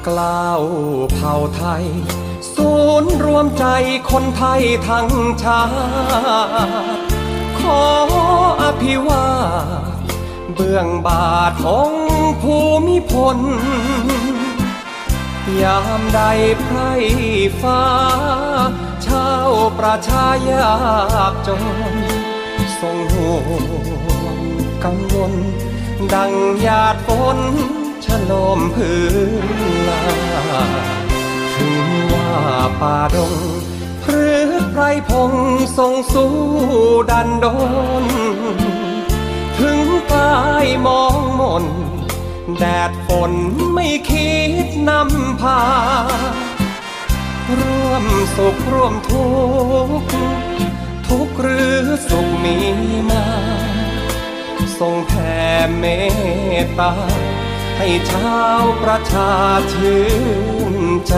กล้าวเผ่าไทยศูนย์รวมใจคนไทยทั้งชาติขออภิวาทเบื้องบาทองค์ภูมิพลยามใดไพร่ฟ้าชาวประชายากจนทรงห่วงกังวลดังหยาดฝนฉโลมพื้นลาถึงว่าป่าดงพฤกษ์ไพรพงทรงสู้ดันดนถึงกายมองมนแดดฝนไม่คิดนำพาร่วมสุขร่วมทุกข์ทุกข์หรือสุขมีมาทรงแผ่เมตตาให้ชาวประชาชื่นใจ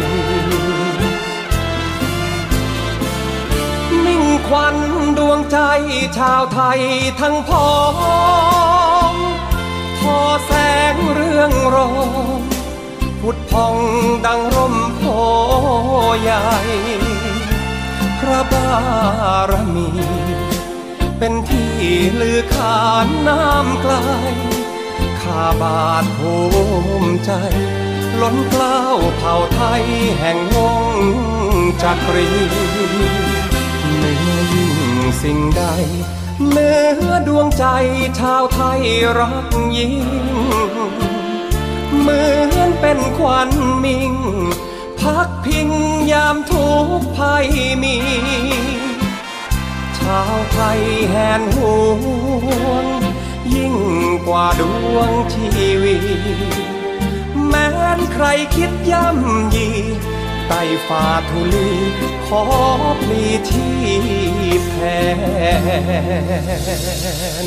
มิ่งขวัญดวงใจชาวไทยทั้งพ้องพอแสงเรื่องรองผุดพองดังร่มโพใหญ่พระบารมีเป็นที่ลือขานน้ำไกลข้าบาทภูมิใจล้นเกล้าเผ่าไทยแห่งวงจักรีเหนือยิ่งสิ่งใดเหนือดวงใจชาวไทยรักยิ่งเหมือนเป็นขวัญมิ่งพักพิงยามทุกข์ภัยมีชาวไทยแห่งห่วงยิ่งกว่าดวงชีวิตแม้นใครคิดย่ำยีใต้ฝ่าธุลีขอพลีที่แทน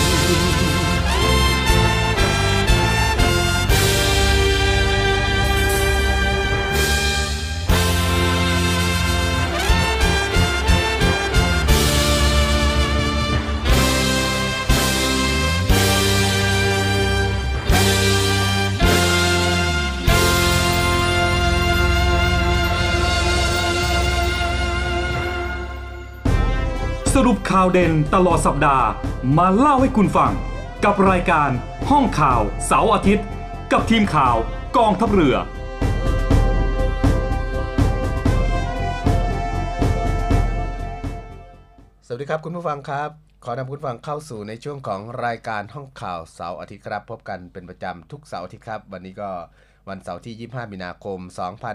สรุปข่าวเด่นตลอดสัปดาห์มาเล่าให้คุณฟังกับรายการห้องข่าวเสาร์อาทิตย์กับทีมข่าวกองทัพเรือสวัสดีครับคุณผู้ฟังครับขอนำคุณผู้ฟังเข้าสู่ในช่วงของรายการห้องข่าวเสาร์อาทิตย์ครับพบกันเป็นประจำทุกเสาร์อาทิตย์ครับวันนี้ก็วันเสาร์ที่25มีนาคม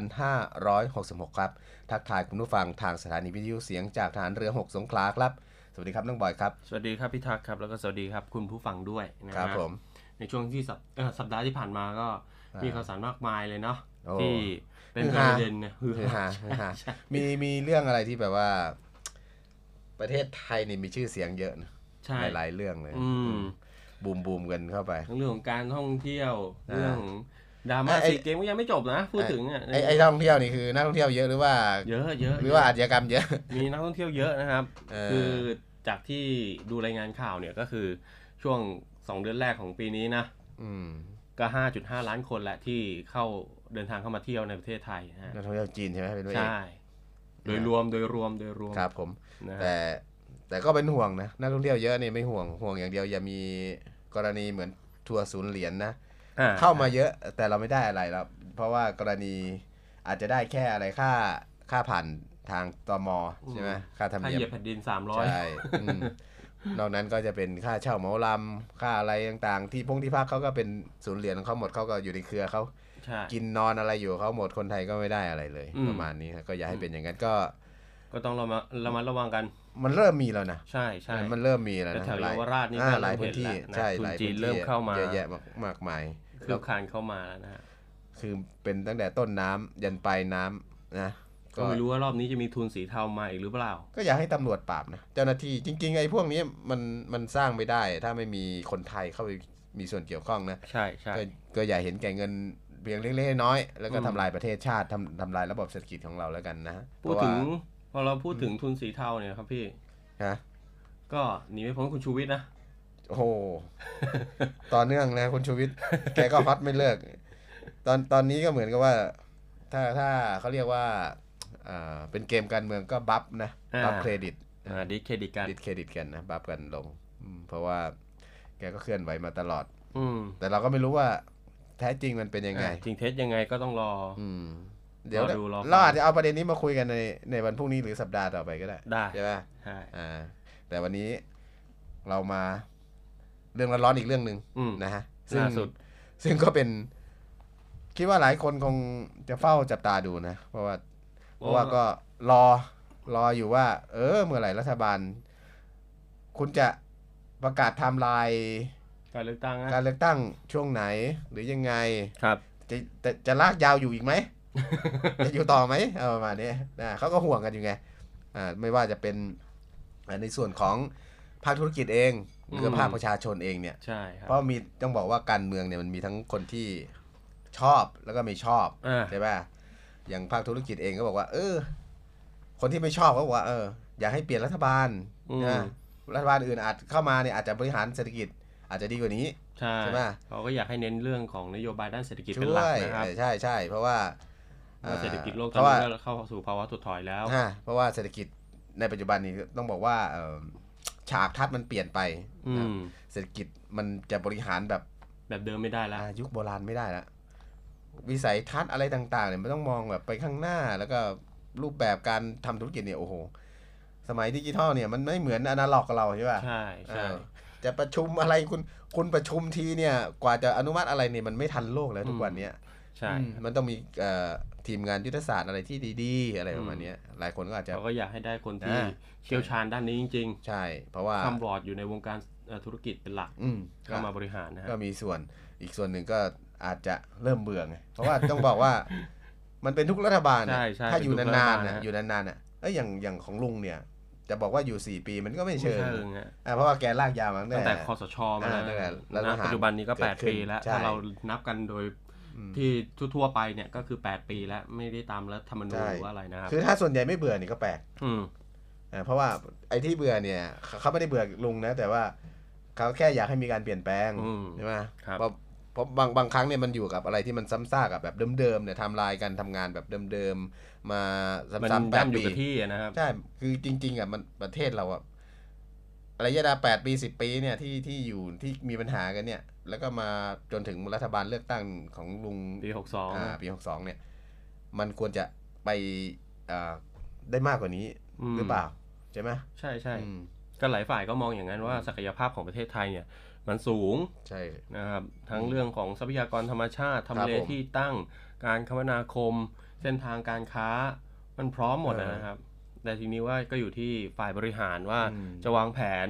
2566ครับทักทายคุณผู้ฟังทางสถานีวิทยุเสียงจากฐานเรือ6สงขลาครับสวัสดีครับน้องบอยครับสวัสดีครับพี่ทักครับแล้วก็สวัสดีครับคุณผู้ฟังด้วยนะครับผมในช่วงที่สัปดาห์ที่ผ่านมาก็มีข่าวสารมากมายเลยเนาะที่เป็นประเด็นนะมีเรื่องอะไรที่แบบว่าประเทศไทยนี่มีชื่อเสียงเยอะนะหลายเรื่องเลยบูมกันเข้าไปทั้งเรื่องของการท่องเที่ยวเรื่องดราม่าซีเกมก็ยังไม่จบนะพูดถึงไอ้ท่องเที่ยวนี่คือนักท่องเที่ยวเยอะหรือว่าเยอะหรือว่าอาชญากรรมเยอะมีนักท่องเที่ยวเยอะนะครับคือจากที่ดูรายงานข่าวเนี่ยก็คือช่วง2เดือนแรกของปีนี้นะก็ 5.5 ล้านคนแหละที่เดินทางเข้ามาเที่ยวในประเทศไทยนักท่องเที่ยวจีนใช่ไหมเป็นใช่โดยรวมครับผมแต่ก็เป็นห่วงนะนักท่องเที่ยวเยอะนี่ไม่ห่วงอย่างเดียวอย่ามีกรณีเหมือนทัวร์ศูนย์เหรียญนะเข้ามาเยอะแต่เราไม่ได้อะไรแล้วเพราะว่ากรณีอาจจะได้แค่อะไรค่าผ่านทางตม.ใช่ไหมค่าธรรมเนียมเหยียบแผ่นดิน300 ใช่นอกนั้นก็จะเป็นค่าเช่าเหมาลำค่าอะไรต่างๆที่ที่พักเขาก็เป็นศูนย์เหรียญของเขาหมดเขาก็อยู่ในเครือเขากินนอนอะไรอยู่เขาหมดคนไทยก็ไม่ได้อะไรเลยประมาณนี้ก็อย่าให้เป็นอย่างนั้นก็ต้องระมัดระวังกันมันเริ่มมีแล้วนะใช่มันเริ่มมีแล้วนะแถวเยาวราชนี่หลายพื้นที่ใช่หลายพื้นที่เริ่มเข้ามาเยอะแยะมากมายคือคานเข้ามานะฮะคือเป็นตั้งแต่ต้นน้ำยันปลายน้ำนะก็ไม่รู้ว่ารอบนี้จะมีทุนสีเทามาอีกหรือเปล่าก็อยากให้ตำรวจปราบนะเจ้าหน้าที่จริงๆไอ้พวกนี้มันสร้างไม่ได้ถ้าไม่มีคนไทยเข้าไปมีส่วนเกี่ยวข้องนะใช่ก็อย่าเห็นแก่เงินเพียงเล็กๆน้อยๆแล้วก็ทำลายประเทศชาติทำลายระบบเศรษฐกิจของเราแล้วกันนะพอเราพูดถึงทุนสีเทาเนี่ยครับพี่ก็หนีไม่พ้นคุณชูวิทย์นะโอ้โหต่อเนื่องนะคุณชูวิทย์แกก็ฮอตไม่เลิกตอนนี้ก็เหมือนกับว่าถ้าเขาเรียกว่าเป็นเกมการเมืองก็บัฟนะบัฟเครดิตดิสเครดิตกันนะบัฟกันลงเพราะว่าแกก็เคลื่อนไหวมาตลอดแต่เราก็ไม่รู้ว่าแท้จริงมันเป็นยังไงจริงเท็จยังไงก็ต้องรอเดี๋ยวเราอาจจะเอาประเด็นนี้มาคุยกันในวันพรุ่งนี้หรือสัปดาห์ต่อไปก็ได้ใช่ไหมใช่แต่วันนี้เรามาเรื่องร้อนๆอีกเรื่องนึงนะฮะซึ่งก็เป็นคิดว่าหลายคนคงจะเฝ้าจับตาดูนะเพราะว่าก็รออยู่ว่าเมื่อไหร่รัฐบาลคุณจะประกาศไทม์ไลน์การเลือกตั้งช่วงไหนหรือยังไงครับจะลากยาวอยู่อีกไหม จะอยู่ต่อไหมประมาณนี้นะเขาก็ห่วงกันอยู่ไงไม่ว่าจะเป็นในส่วนของภาคธุรกิจเองหรือภาคประชาชนเองเนี่ยใช่ครับเพราะมีต้องบอกว่าการเมืองเนี่ยมันมีทั้งคนที่ชอบแล้วก็ไม่ชอบใช่ป่ะอย่างภาคธุรกิจเองก็บอกว่าคนที่ไม่ชอบก็บอกว่าอยากให้เปลี่ยนรัฐบาลรัฐบาลอื่นอาจเข้ามาเนี่ยอาจจะบริหารเศรษฐกิจอาจจะดีกว่านี้ใช่ไหมเขาก็อยากให้เน้นเรื่องของนโยบายด้านเศรษฐกิจเป็นหลักนะครับใช่เพราะว่าเศรษฐกิจโลกตอนนี้ก็เข้าสู่ภาวะถดถอยแล้วเพราะว่าเศรษฐกิจในปัจจุบันนี้ต้องบอกว่าฉากทัศน์มันเปลี่ยนไปเศรษฐกิจมันจะบริหารแบบเดิมไม่ได้แล้วยุคโบราณไม่ได้แล้ววิสัยทัศน์อะไรต่างๆเนี่ยมันต้องมองแบบไปข้างหน้าแล้วก็รูปแบบการทำธุรกิจเนี่ยโอ้โหสมัยดิจิทัลเนี่ยมันไม่เหมือนอนาล็อกกับเราใช่ป่ะใช่จะประชุมอะไรคุณประชุมทีเนี่ยกว่าจะอนุมัติอะไรเนี่ยมันไม่ทันโลกแล้วทุกวันเนี้ยใช่มันต้องมีทีมงานยุทธศาสตร์อะไรที่ดีๆอะไรประมาณนี้หลายคนก็อาจจะเขาก็อยากให้ได้คนที่เชี่ยวชาญด้านนี้จริงๆใช่เพราะว่าทำบอร์ดอยู่ในวงการธุรกิจเป็นหลักก็มาบริหารนะก็มีส่วนอีกส่วนหนึ่งก็อาจจะเริ่มเบื่อไงเพราะว่าต้องบอกว่ามันเป็นทุกรัฐบาลถ้าอยู่นานๆนะอยู่นานๆน่ะอย่างของลุงเนี่ยจะบอกว่าอยู่4ปีมันก็ไม่เชิงเพราะว่าแกลากยาวมาตั้งแต่คสชมาแล้วปัจจุบันนี้ก็8ปีแล้วถ้าเรานับกันโดยที่ทั่วไปเนี่ยก็คือ8ปีแล้วไม่ได้ตามรัฐธรรมนูญหรือว่าอะไรนะครับคือถ้าส่วนใหญ่ไม่เบื่อนี่ก็แปลกเพราะว่าไอ้ที่เบื่อเนี่ยเขาไม่ได้เบื่อลุงนะแต่ว่าเขาแค่อยากให้มีการเปลี่ยนแปลงใช่ไหมเพราะบางครั้งเนี่ยมันอยู่กับอะไรที่มันซ้ำซากแบบเดิมๆเนี่ยทำลายการทำงานแบบเดิมๆมาซ้ำๆ8 ปีนะครับใช่คือจริงๆมันประเทศเราระยะเวลา8 ปี10 ปีเนี่ยที่อยู่ที่มีปัญหากันเนี่ยแล้วก็มาจนถึงรัฐบาลเลือกตั้งของลุงปี62 ปี62เนี่ยมันควรจะไปได้มากกว่านี้หรือเปล่าใช่ไหมใช่ก็หลายฝ่ายก็มองอย่างนั้นว่าศักยภาพของประเทศไทยเนี่ยมันสูงใช่นะครับทั้งเรื่องของทรัพยากรธรรมชาติทำเลที่ตั้งการคมนาคมเส้นทางการค้ามันพร้อมหมดนะครับแต่ทีนี้ว่าก็อยู่ที่ฝ่ายบริหารว่าจะวางแผน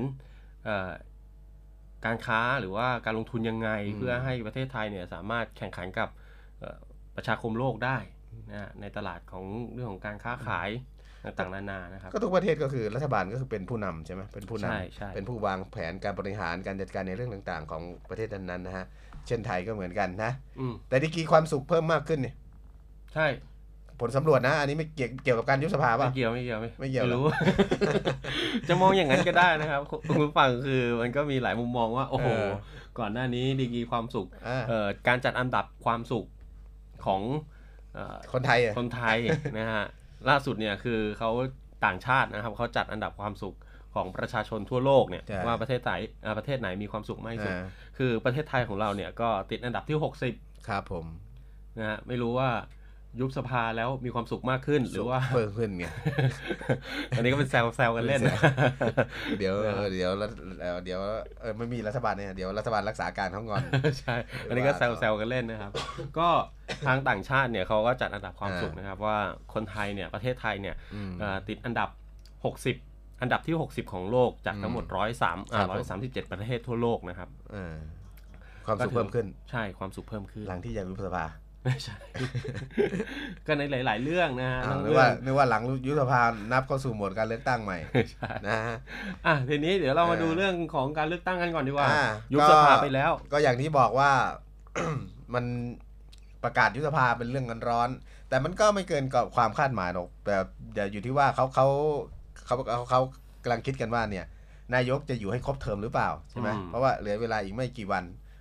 การค้าหรือว่าการลงทุนยังไงเพื่อให้ประเทศไทยเนี่ยสามารถแข่งขันกับประชาคมโลกได้นะในตลาดของเรื่องของการค้าขายต่างๆนานานะครับก็ทุกประเทศก็คือรัฐบาลก็คือเป็นผู้นำใช่ไหมเป็นผู้นำเป็นผู้วางแผนการบริหารการจัดการในเรื่องต่างๆของประเทศนั้นๆนะฮะเช่นไทยก็เหมือนกันนะแต่ดีกรีความสุขเพิ่มมากขึ้นนี่ใช่ผลสำรวจนะอันนี้ไม่เกี่ยวกับการยุบสภาป่ะไม่เกี่ยวรู้ จะมองอย่างนั้นก็ได้นะครับคุณผู้ฟังคือมันก็มีหลายมุมมองว่าโอ้โหก่อนหน้านี้ดีกรีความสุขการจัดอันดับความสุขของคนไทยนะฮะล่าสุดเนี่ยคือเขาต่างชาตินะครับเขาจัดอันดับความสุขของประชาชนทั่วโลกเนี่ยว่าประเทศไหนมีความสุขมากที่สุดคือประเทศไทยของเราเนี่ยก็ติดอันดับที่60 ครับผมนะฮะไม่รู้ว่ายุบสภาแล้วมีความสุขมากขึ้นหรือว่าเพิ่มขึ้นไงอันนี้ก็เป็นแซวกันเล่นเดี๋ยวไม่มีรัฐบาลเนี่ยเดี๋ยวรัฐบาลรักษาการเขางอนใช่อันนี้ก็แซวกันเล่นนะครับก็ทางต่างชาติเนี่ยเขาก็จัดอันดับความสุขนะครับว่าคนไทยเนี่ยประเทศไทยเนี่ยติดอันดับ60อันดับที่60ของโลกจากทั้งหมด137ประเทศทั่วโลกนะครับความสุขเพิ่มขึ้นใช่ความสุขเพิ่มขึ้นหลังที่อยากยุบสภาไม่ใช่ก็ในหลายๆเรื่องนะฮะนึกว่าหลังยุบสภานับเข้าสู่โหมดการเลือกตั้งใหม่นะฮะทีนี้เดี๋ยวเรามาดูเรื่องของการเลือกตั้งกันก่อนดีกว่ายุบสภาไปแล้วก็อย่างที่บอกว่า มันประกาศยุบสภาเป็นเรื่องร้อนแต่มันก็ไม่เกินกับความคาดหมายหรอกแต่เดี๋ยวอยู่ที่ว่าเขากำลังคิดกันว่าเนี่ยนายกจะอยู่ให้ครบเทอมหรือเปล่าใช่ไหมเพราะว่าเหลือเวลาอีกไม่กี่วัน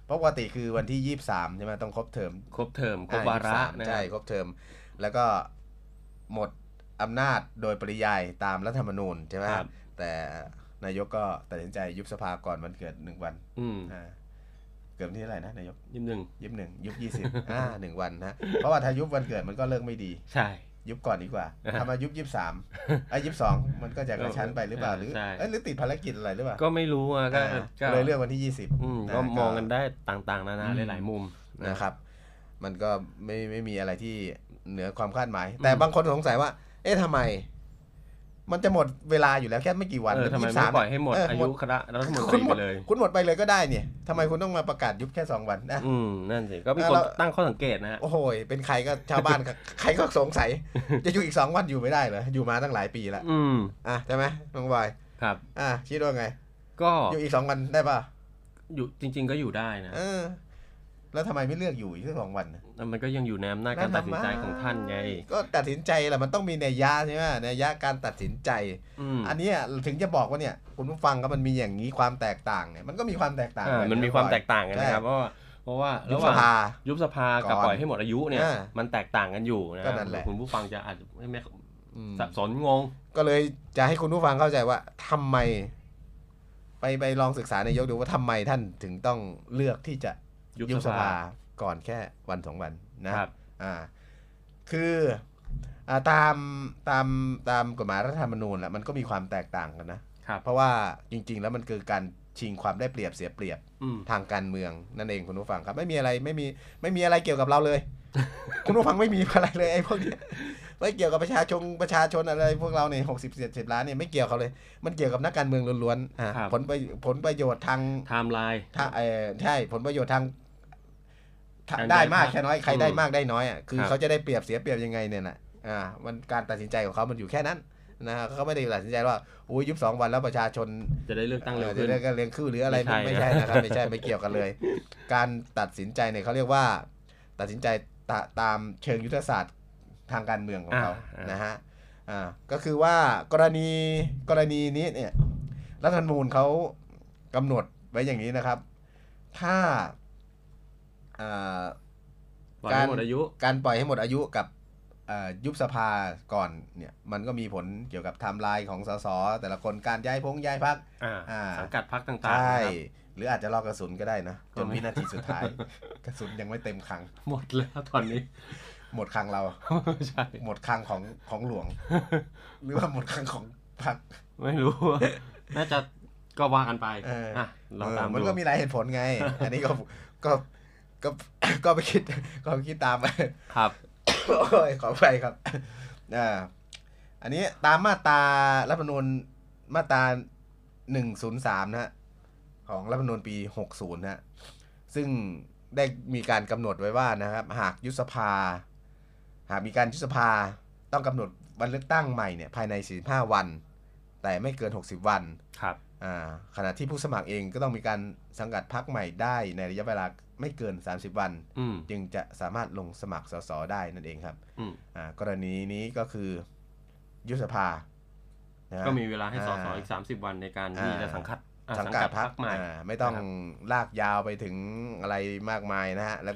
เพราะปกติคือวันที่23ใช่ไหมต้องครบเทอมครบวาระนะใช่ครบเทอมแล้วก็หมดอำนาจโดยปริยายตามรัฐธรรมนูญใช่ไหมแต่นายกก็ตัดสินใจยุบสภาก่อนวันเกิด1วันเกิดวันที่เท่าไหร่นะนายก21ยุบ20 1วันนะเพราะว่าถ้ายุบวันเกิดมันก็เลิกไม่ดีใช่ยุบก่อนดีกว่าทำมายุบ2322มันก็จะกระชั้นไปหรือเปล่าหรือติดภารกิจอะไรหรือเปล่าก็ไม่รู้อ่ะก็เลยเลือกวันที่20 ก็มองกันได้ต่างๆนานาหลายๆมุมนะครับมันก็ไม่มีอะไรที่เหนือความคาดหมายแต่บางคนสงสัยว่าทำไมมันจะหมดเวลาอยู่แล้วแค่ไม่กี่วันทำไมไม่ปล่อยให้หมดอายุคณะรัฐมนตรีไปเลยคุณหมดไปเลยก็ได้เนี่ยทำไมคุณต้องมาประกาศยุบแค่2วันนะนั่นสิก็มีคนตั้งข้อสังเกตนะโอ้โหเป็นใครก็ชาวบ้านใครก็สงสัยจะอยู่อีก2วันอยู่ไม่ได้เหรออยู่มาตั้งหลายปีแล้วใช่ไหมน้องบอยครับคิดว่าไงก็อยู่อีก2วันได้ป่ะอยู่จริงๆก็อยู่ได้นะแล้วทำไมไม่เลือกอยู่อีกแค่2วันมันก็ยังอยู่ในอำนาจการตัดสินใจของท่านไงก็ตัดสินใจแหละมันต้องมีนัยยะใช่ไหมนัยยะการตัดสินใจอันนี้ถึงจะบอกว่าเนี่ยคุณผู้ฟังก็มันมีอย่างนี้ความแตกต่างเนี่ยมันก็มีความแตกต่างมันมีความแตกต่างกันนะครับเพราะว่ายุบสภากับปล่อยให้หมดอายุเนี่ยมันแตกต่างกันอยู่นะคุณผู้ฟังจะอาจจะไม่สับสนงงก็เลยจะให้คุณผู้ฟังเข้าใจว่าทำไมไปลองศึกษาในยกดูว่าทำไมท่านถึงต้องเลือกที่จะยุบสภาก่อนแค่วัน2วันนะครับคือตามกฎหมายรัฐธรรมนูญแหละมันก็มีความแตกต่างกันนะเพราะว่าจริงๆแล้วมันคือการชิงความได้เปรียบเสียเปรียบทางการเมืองนั่นเองคุณผู้ฟังครับไม่มีอะไรเกี่ยวกับเราเลย คุณผู้ฟังไม่มีอะไรเลยไอ้พวกนี้ไม่เกี่ยวกับประชาชนอะไรพวกเราเนี่ย60-70 ล้านเนี่ยไม่เกี่ยวเขาเลยมันเกี่ยวกับนักการเมืองล้วนๆผลประโยชน์ทางไทม์ไลน์ใช่ผลประโยชน์ทางได้มากแค่น้อยใครได้มากได้น้อยคือเขาจะได้เปรียบเสียเปรียบยังไงเนี่ยนะมันการตัดสินใจของเขามันอยู่แค่นั้นนะเขาไม่ได้ตัดสินใจว่ายุบ2วันแล้วประชาชนจะได้เลือกตั้งเร็วขึ้นจะได้การเลี้ยงคู่หรืออะไรไม่ใช่นะครับไม่ใช่ไม่เกี่ยวกันเลยการตัดสินใจเนี่ยเขาเรียกว่าตัดสินใจตามเชิงยุทธศาสตร์ทางการเมืองของเขานะฮะก็คือว่ากรณีนี้เนี่ยรัฐธรรมนูญเขากำหนดไว้อย่างนี้นะครับถ้าการปล่อยให้หมดอายุกับยุบสภาก่อนเนี่ยมันก็มีผลเกี่ยวกับไทม์ไลน์ของสสแต่ละคนการย้ายพรรคสังกัดพรรคต่างๆใช่หรืออาจจะรอกระสุนก็ได้นะจนวินาทีสุดท้ายกระสุนยังไม่เต็มคลังหมดแล้วตอนนี้หมดคลังเราใช่หมดคลังของหลวงหรือว่าหมดคลังของพรรคไม่รู้น่าจะก็ว่ากันไปเราตามมันก็มีหลายเหตุผลไงอันนี้ก็ไปคิดตามไปครับโอ้ยขอไปครับอันนี้ตามมาตรารัฐธรรมนูญมาตรา103นะฮะของรัฐธรรมนูญปี60นะฮะซึ่งได้มีการกำหนดไว้ว่านะครับหากมีการยุบสภาต้องกำหนดวันเลือกตั้งใหม่เนี่ยภายใน45วันแต่ไม่เกิน60วันครับขณะที่ผู้สมัครเองก็ต้องมีการสังกัดพรรคใหม่ได้ในระยะเวลาไม่เกิน30วันจึงจะสามารถลงสมัครสสได้นั่นเองครับกรณีนี้ก็คือยุบสภาก็มีเวลาให้สสอีก30วันในการที่จะสังกัดพรรคใหม่ไม่ต้องลากยาวไปถึงอะไรมากมายนะฮะแล้ว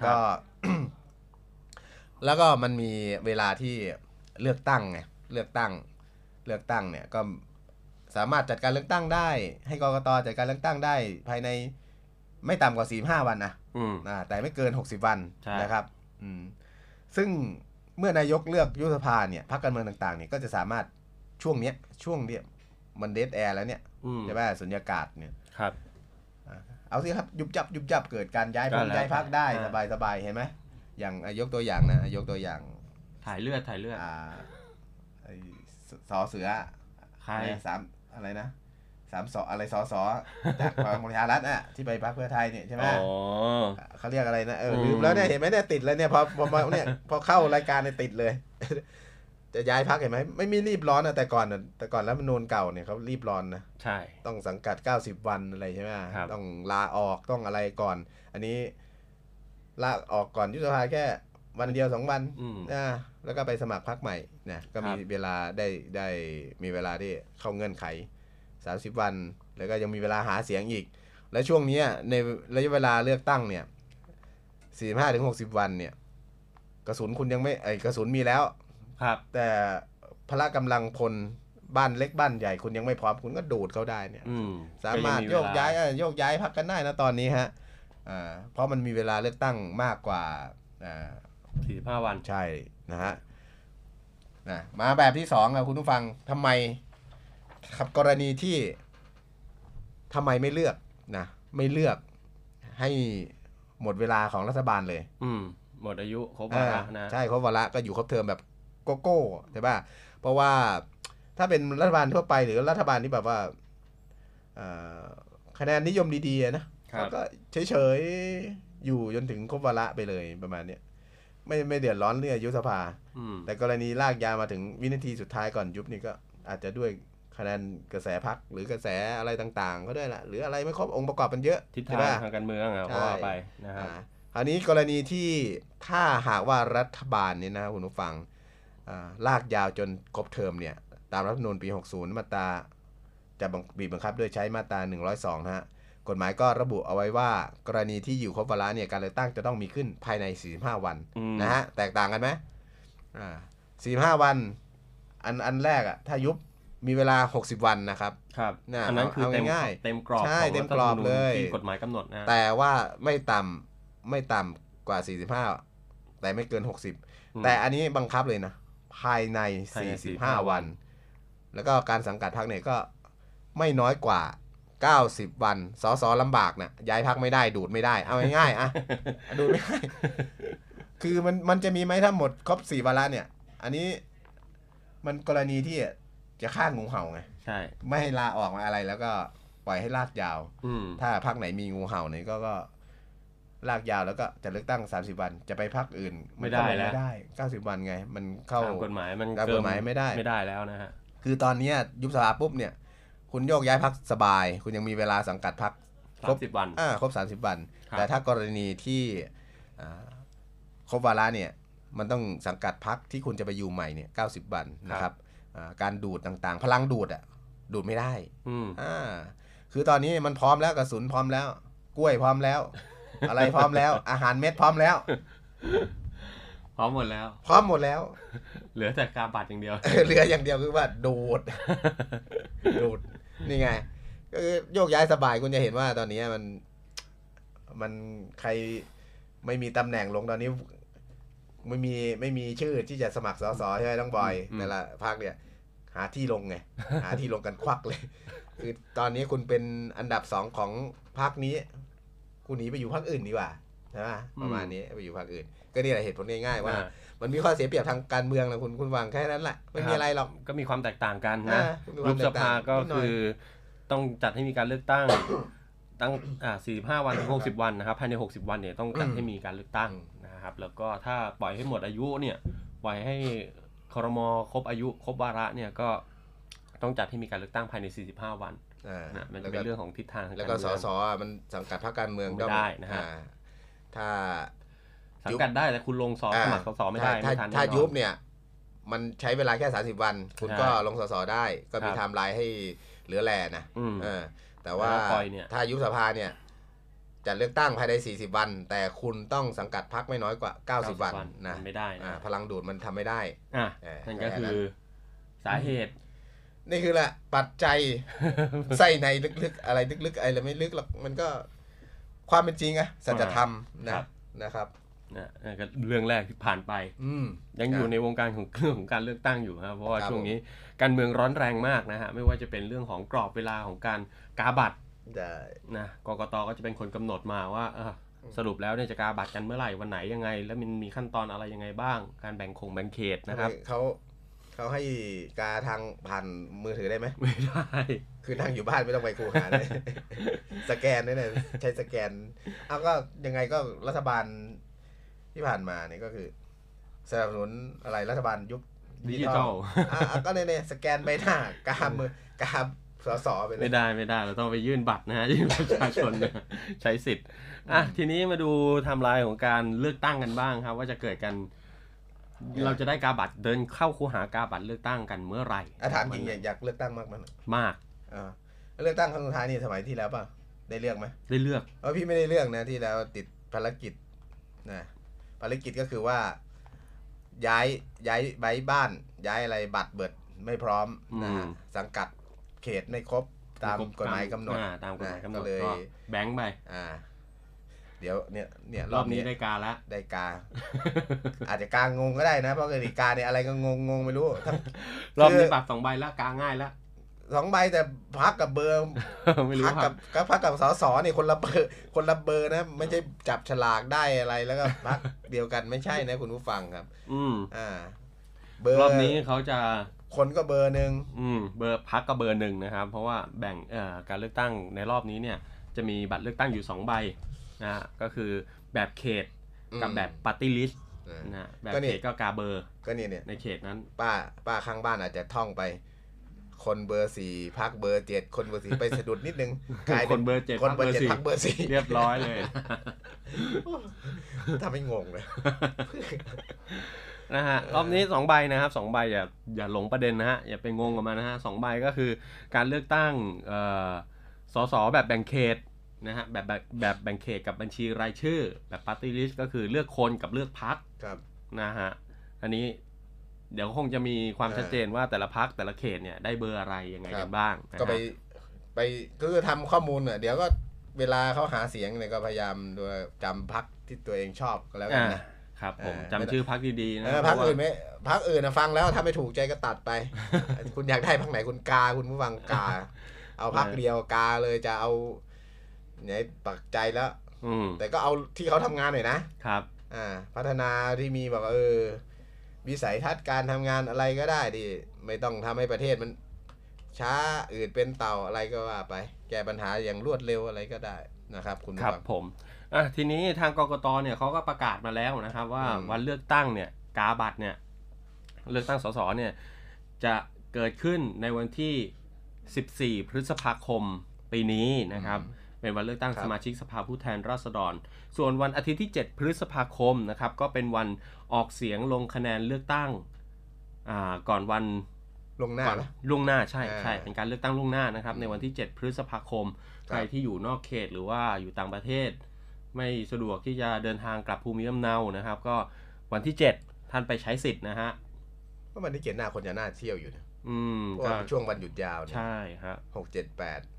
ก็มันมีเวลาที่เลือกตั้งไงเลือกตั้งเนี่ยก็สามารถจัดการเลือกตั้งได้ให้กกต.จัดการเลือกตั้งได้ภายในไม่ต่ำกว่า45วันนะแต่ไม่เกิน60วันนะครับซึ่งเมื่อนายกเลือกยุบสภาเนี่ยพรรคการเมืองต่างๆเนี่ยก็จะสามารถช่วงเนี้ยมันเดดแอร์แล้วเนี่ยใช่ไหมสุญญากาศเนี่ยครับเอาสิครับยุบจับเกิดการย้ายพรรคได้สบายเห็นไหมอย่างยกตัวอย่างถ่ายเลือดไอ้สอเสือใคร 3อะไรนะ3สอะไรสสจากพลังประชารัฐน่ะที่ไปพรรคเพื่อไทยเนี่ยใช่ไหมเขาเรียกอะไรนะลืมแล้วเนี่ยเห็นไหมเนี่ยติดเลยเนี่ยพอเนี่ยพอเข้ารายการเนี่ยติดเลยจะย้ายพรรคเห็นไหมไม่มีรีบร้อนนะแต่ก่อนแล้วมันนูนเก่าเนี่ยเขารีบร้อนนะใช่ต้องสังกัด90วันอะไรใช่ไหมต้องลาออกต้องอะไรก่อนอันนี้ลาออกก่อนยุบสภาแค่วันเดียว2วันแล้วก็ไปสมัครพรรคใหม่นะก็มีเวลาได้มีเวลาที่เข้าเงื่อนไข30วันแล้วก็ยังมีเวลาหาเสียงอีกและช่วงนี้ในระยะเวลาเลือกตั้งเนี่ย45 ถึง 60 วันเนี่ยกระสุนคุณยังไม่กระสุนมีแล้วครับแต่พละกำลังพลบ้านเล็กบ้านใหญ่คุณยังไม่พร้อมคุณก็ดูดเขาได้เนี่ยสามารถโยกย้ายพรรคกันได้นะตอนนี้ฮะเพราะมันมีเวลาเลือกตั้งมากกว่า 45 วันใช่นะฮะมาแบบที่2ครับคุณผู้ฟังทำไมครับกรณีที่ทำไมไม่เลือกไม่เลือกให้หมดเวลาของรัฐบาลเลยหมดอายุครบวาระนะใช่ครบวาระก็อยู่ครบเทอมแบบโกโก้ใช่ป่ะเพราะว่าถ้าเป็นรัฐบาลทั่วไปหรือรัฐบาลที่แบบว่าคะแนนนิยมดีๆนะก็เฉยๆอยู่จนถึงครบวาระไปเลยประมาณนี้ไม่เดือดร้อนเรื่องยุบสภาแต่กรณีลากยาวมาถึงวินาทีสุดท้ายก่อนยุบนี่ก็อาจจะด้วยคะแนนกระแสพรรคหรือกระแสอะไรต่างๆก็ได้ละหรืออะไรไม่ครบองค์ประกอบมันเยอะทิศทางทางการเมืองเพราะว่าไปนะครับอันนี้กรณีที่ถ้าหากว่ารัฐบาลเนี่ยนะคุณผู้ฟังลากยาวจนครบเทอมเนี่ยตามรัฐธรรมนูญปี60มาตราจะบีบบังคับโดยใช้มาตรา102นะฮะกฎหมายก็ระบุเอาไว้ว่ากรณีที่อยู่ครบวาระเนี่ยการเลือกตั้งจะต้องมีขึ้นภายใน45 วันนะฮะแตกต่างกันไหม45 วันอันแรกถ้ายุบมีเวลา60 วันนะครับอันนั้นคือเต็มกรอบใช่เต็มกรอบเลยที่กฎหมายกำหนดนะแต่ว่าไม่ต่ำกว่า45แต่ไม่เกิน60แต่อันนี้บังคับเลยนะภายใน45 วันแล้วก็การสังกัดพรรคเนี่ยก็ไม่น้อยกว่า90 วันสสลำบากนะย้ายพรรคไม่ได้ดูดไม่ได้เอาง่ายๆดูดไม่ได้คือมันจะมีไหมถ้าหมดครบ4 วาระเนี่ยอันนี้มันกรณีที่จะฆ่างูเห่าไงใช่ไม่ให้ลาออกมาอะไรแล้วก็ปล่อยให้ลากยาวถ้าพรรคไหนมีงูเห่าเนี่ยก็ลากยาวแล้วก็จะเลือกตั้ง30 วันจะไปพรรคอื่นไม่ได้แล้วไม่ได้90 วันไงมันเข้ากฎหมายมันกฎหมายไม่ได้แล้วนะฮะคือตอนนี้ยุบสภาปุ๊บเนี่ยคุณโยกย้ายพรรคสบายคุณยังมีเวลาสังกัดพรรคครบ30 วันครบ30 วันแต่ถ้ากรณีที่ครบวาระเนี่ยมันต้องสังกัดพรรคที่คุณจะไปอยู่ใหม่เนี่ย90 วันนะครับการดูดต่างๆพลังดูดไม่ได้คือตอนนี้มันพร้อมแล้วกระสุนพร้อมแล้วกล้วยพร้อมแล้วอะไรพร้อมแล้วอาหารเม็ดพร้อมแล้วพร้อมหมดแล้วเหลือแต่กาบัตรอย่างเดียวเหลืออย่างเดียวคือว่าดูดนี่ไงก็โยกย้ายสบายคุณจะเห็นว่าตอนนี้มันใครไม่มีตำแหน่งลงตอนนี้ไม่มีชื่อที่จะสมัครสสใช่ไหมต้องบอยแต่ละพรรคเนี่ยหาที่ลงไงหาที่ลงกันควักเลยคือตอนนี้คุณเป็นอันดับ2ของพรรคนี้คุณหนีไปอยู่พรรคอื่นดีกว่าใช่ไหมประมาณนี้ไปอยู่พรรคอื่นก็นี่แหละเหตุผลง่ายๆว่ามันมีข้อเสียเปรียบทางการเมืองนะคุณวางแค่นั้นแหละไม่มีอะไรหรอกก็มีความแตกต่างกันนะยุบสภาก็คือต้องจัดให้มีการเลือกตั้ง45 วันถึง60 วันนะครับภายใน60 วันเนี่ยต้องจัดให้มีการเลือกตั้งนะครับแล้วก็ถ้าปล่อยให้หมดอายุเนี่ยปล่อยให้ครม.ครบอายุครบวาระเนี่ยก็ต้องจัดให้มีการเลือกตั้งภายใน45 วันมันจะเป็นเรื่องของทิศทางแล้วก็สสมันสังกัดพรรคการเมืองก็ได้นะฮะถ้าสังกัดได้แต่คุณลงสมัครสสไม่ได้ถ้ายุบเนี่ยมันใช้เวลาแค่30 วันคุณก็ลงสสได้ก็มีไทม์ไลน์ให้เหลือแลนะแต่ว่าถ้ายุบสภาเนี่ยจะเลือกตั้งภายใน40 วันแต่คุณต้องสังกัดพรรคไม่น้อยกว่า90 วันนะไม่ได้พลังดูดมันทำไม่ได้นั่นก็คือสาเหตุนี่คือแหละปัจจัยใส่ในลึกๆอะไรลึกๆอะไรไม่ลึกหรอกมันก็ความเป็นจริงสัจธรรมนะครับก็เรื่องแรกที่ผ่านไปยังอยู่ในวงการของเรื่องของการเลือกตั้งอยู่ครับเพราะว่าช่วงนี้การเมืองร้อนแรงมากนะฮะไม่ว่าจะเป็นเรื่องของกรอบเวลาของการกาบัตรนะกกต.ก็จะเป็นคนกำหนดมาว่าสรุปแล้วเนี่ยจะกาบัตรกันเมื่อไหร่วันไหนยังไงแล้วมันมีขั้นตอนอะไรยังไงบ้างการแบ่งเขตนะครับเขาให้กาทางผ่านมือถือได้ไหมไม่ได้คือนั่งอยู่บ้านไม่ต้องไปคูหาเลยสแกนนี่นะใช้สแกนเอาก็ยังไงก็รัฐบาลที่ผ่านมาเนี่ยก็คือสนับสนุนอะไรรัฐบาลยุคดิจิทัลก็เนี่ยสแกนใบหน้ากามือกาสสไปเลยไม่ได้เราต้องไปยื่นบัตรนะฮะยื่นประชาชนใช้สิทธิ์ทีนี้มาดูไทม์ไลน์ของการเลือกตั้งกันบ้างครับว่าจะเกิดกันเราจะได้กาบัตรเดินเข้าคูหากาบัตรเลือกตั้งกันเมื่อไหร่ถามจริงอยากเลือกตั้งมากมั้ยมากเลือกตั้งครั้งสุดท้ายนี่สมัยที่แล้วป่ะได้เลือกไหมได้เลือกพี่ไม่ได้เลือกนะที่แล้วติดภารกิจนะภารกิจก็คือว่าย้ายใบบ้านย้ายอะไรบัตรเบิดไม่พร้อมนะฮะสังกัดเขตไม่ครบตามกฎหมายกำหนดตามกฎหมายกำหนดเลยแบงค์ไปเดี๋ยวเนี่ยรอบนี้ได้กาแล้วได้กา อาจจะกางงก็ได้นะเพราะกติกาเนี่ยอะไรก็งงไม่รู้รอบนี้บัตร2ใบแล้วกาง่ายแล้ว 2ใบแต่พักกับเบอร์ไม่รู้พักกับสสนี่คนละเบอร์นะไม่ใช่จับฉลากได้อะไรแล้วก็พักเดียวกันไม่ใช่นะคุณผู้ฟังครับเบอร์รอบนี้เขาจะคนก็เบอร์นึงเบอร์พักก็เบอร์นึงนะครับเพราะว่าแบ่งการเลือกตั้งในรอบนี้เนี่ยจะมีบัตรเลือกตั้งอยู่2ใบนะก็คือแบบเขตกับแบบปาร์ตี้ลิสต์นะแบบเขตก็กาเบอร์ก็เนี่ยในเขตนั้นป้าข้างบ้านอาจจะท่องไปคนเบอร์4พักเบอร์7คนเบอร์4ไปสะดุดนิดนึงกลายเป็นคนเบอร์7พักเบอร์4เรียบร้อยเลยทำให้งงเลยนะฮะรอบนี้2ใบนะครับ2ใบอย่าหลงประเด็นนะฮะอย่าไปงงกับมันนะฮะ2ใบก็คือการเลือกตั้งสสแบบแบ่งเขตนะฮะแบบแบ่งเขตกับบัญชีรายชื่อแบบปาร์ตี้ลิสต์ก็คือเลือกคนกับเลือกพรรคนะฮะอันนี้เดี๋ยวคงจะมีความชัดเจนว่าแต่ละพรรคแต่ละเขตเนี่ยได้เบอร์อะไรยังไงกันบ้างก็ไปก็คือทำข้อมูลเดี๋ยวก็เวลาเขาหาเสียงเนี่ยก็พยายามดูจำพรรคที่ตัวเองชอบก็แล้วกันนะครับผมจำชื่อพรรคดีๆนะพรรคอื่นไม่พรรคอื่นฟังแล้วถ้าไม่ถูกใจก็ตัดไป คุณอยากได้พรรคไหนคุณกาคุณผู้ฟังกาเอาพรรคเดียวกาเลยจะเอาเนี่ยปักใจแล้วแต่ก็เอาที่เขาทำงานหน่อยนะครับพัฒนาที่มีบอกวิสัยทัศน์การทำงานอะไรก็ได้ดิไม่ต้องทำให้ประเทศมันช้าอืดเป็นเต่าอะไรก็ว่าไปแก้ปัญหาอย่างรวดเร็วอะไรก็ได้นะครับคุณครับผมทีนี้ทางกกตเนี่ยเขาก็ประกาศมาแล้วนะครับว่าวันเลือกตั้งเนี่ยกาบัตรเนี่ยเลือกตั้งสสเนี่ยจะเกิดขึ้นในวันที่14พฤษภาคมปีนี้นะครับเป็นวันเลือกตั้งสมาชิกสภาผู้แทนราษฎรส่วนวันอาทิตย์ที่7พฤษภาคมนะครับก็เป็นวันออกเสียงลงคะแนนเลือกตั้งก่อนวันล่วงหน้าใช่เป็นการเลือกตั้งล่วงหน้านะครับในวันที่7พฤษภาคมใครที่อยู่นอกเขตหรือว่าอยู่ต่างประเทศไม่สะดวกที่จะเดินทางกลับภูมิลำเนานะครับก็วันที่7ท่านไปใช้สิทธิ์นะฮะก็วันที่7หน้าคนจะน่าเที่ยวอยู่นะเพราะว่าช่วงวันหยุดยาวใช่ครับ 6 7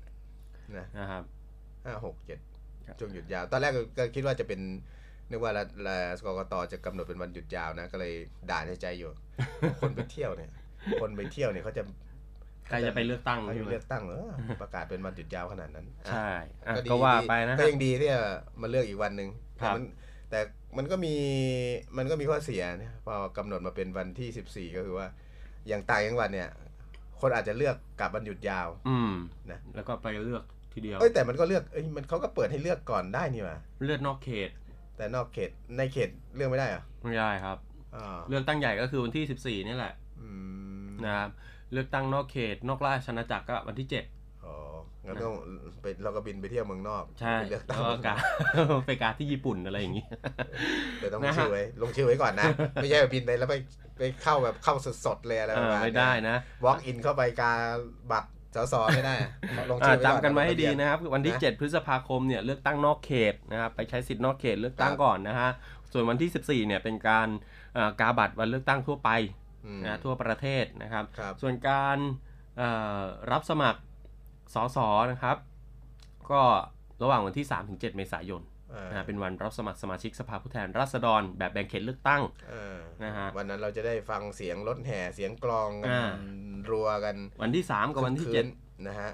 8 นะครับ 5 6 7ช่วงหยุดยาวตอนแรกก็คิดว่าจะเป็นนึกว่ากกตจะกำหนดเป็นวันหยุดยาวนะก็เลยด่าในใจอยู่คนไปเที่ยวเนี่ยเขาจะใครจะไปเลือกตั้งเลือกตั้งประกาศเป็นวันหยุดยาวขนาดนั้นใช่ก็ว่าไปนะก็ยังดีที่มาเลือกอีกวันนึงแต่มันก็มีข้อเสียนะพอกำหนดมาเป็นวันที่14ก็คือว่าอย่างต่างจังหวัดเนี่ยคนอาจจะเลือกกับวันหยุดยาวนะแล้วก็ไปเลือกทีเดียวแต่มันก็เลือกมันเขาก็เปิดให้เลือกก่อนได้นี่ว่ะเลือกนอกเขตแต่นอกเขตในเขตเลือกไม่ได้เหรอไม่ได้ครับเลือกตั้งใหญ่ก็คือวันที่14นี่แหละนะครับเลือกตั้งนอกเขตนอกราชอาณาจักรก็วันที่งั้นต้องไปเราก็บินไปเที่ยวเมืองนอกใช่แล้วก็ไปกาที่ญี่ปุ่นอะไรอย่างงี้แต่ต้องลงชื่อไว้ก่อนนะไม่ใช่บินไปแล้วไปเข้าแบบเข้าสดๆเลยอะไรประมาณไม่ได้นะ walk in เข้าไปกาบัตรสสไม่ได้ลงชื่อจำกันไว้ให้ดีนะครับวันที่7พฤษภาคมเนี่ยเลือกตั้งนอกเขตนะครับไปใช้สิทธิ์นอกเขตเลือกตั้งก่อนนะฮะส่วนวันที่14เนี่ยเป็นการกาบัตรวันเลือกตั้งทั่วไปนะทั่วประเทศนะครับส่วนการรับสมัครสสนะครับก็ระหว่างวันที่ 3-7 เมษายนนะเป็นวันรับสมัครสมาชิกสภาผู้แทนราษฎรแบบแบ่งเขตเลือกตั้งนะฮะวันนั้นเราจะได้ฟังเสียงรถแห่เสียงกลองกันรัวกันวันที่3กับวันที่7 นะฮะ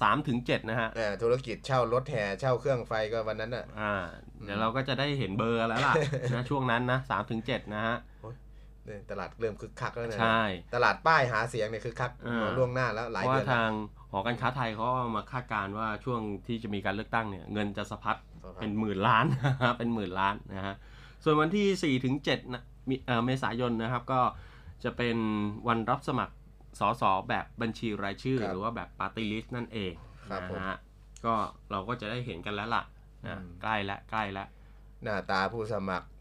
3-7นะฮะธุรกิจเช่ารถแห่เช่าเครื่องไฟก็วันนั้นเดี๋ยวเราก็จะได้เห็นเบอร์แล้วล่ะนะช่วงนั้นนะ 3-7 นะฮะตลาดเริ่มคึกคักแล้วนะใช่ตลาดป้ายหาเสียงเนี่ยคึกคักล่วงหน้าแล้วหลายเดือนเพราะว่าทางหอการค้าไทยเขามาคาดการณ์ว่าช่วงที่จะมีการเลือกตั้งเนี่ยเงินจะสะพัดเป็นหมื่นล้านเป็นหมื่นล้านนะฮะส่วนวันที่ 4-7 เมษายนนะครับก็จะเป็นวันรับสมัครสสแบบบัญชีรายชื่อหรือว่าแบบปาร์ตี้ลิสต์นั่นเองนะฮะก็เราก็จะได้เห็นกันแล้วล่ะใกล้แล้วหน้าตาผู้สมัคร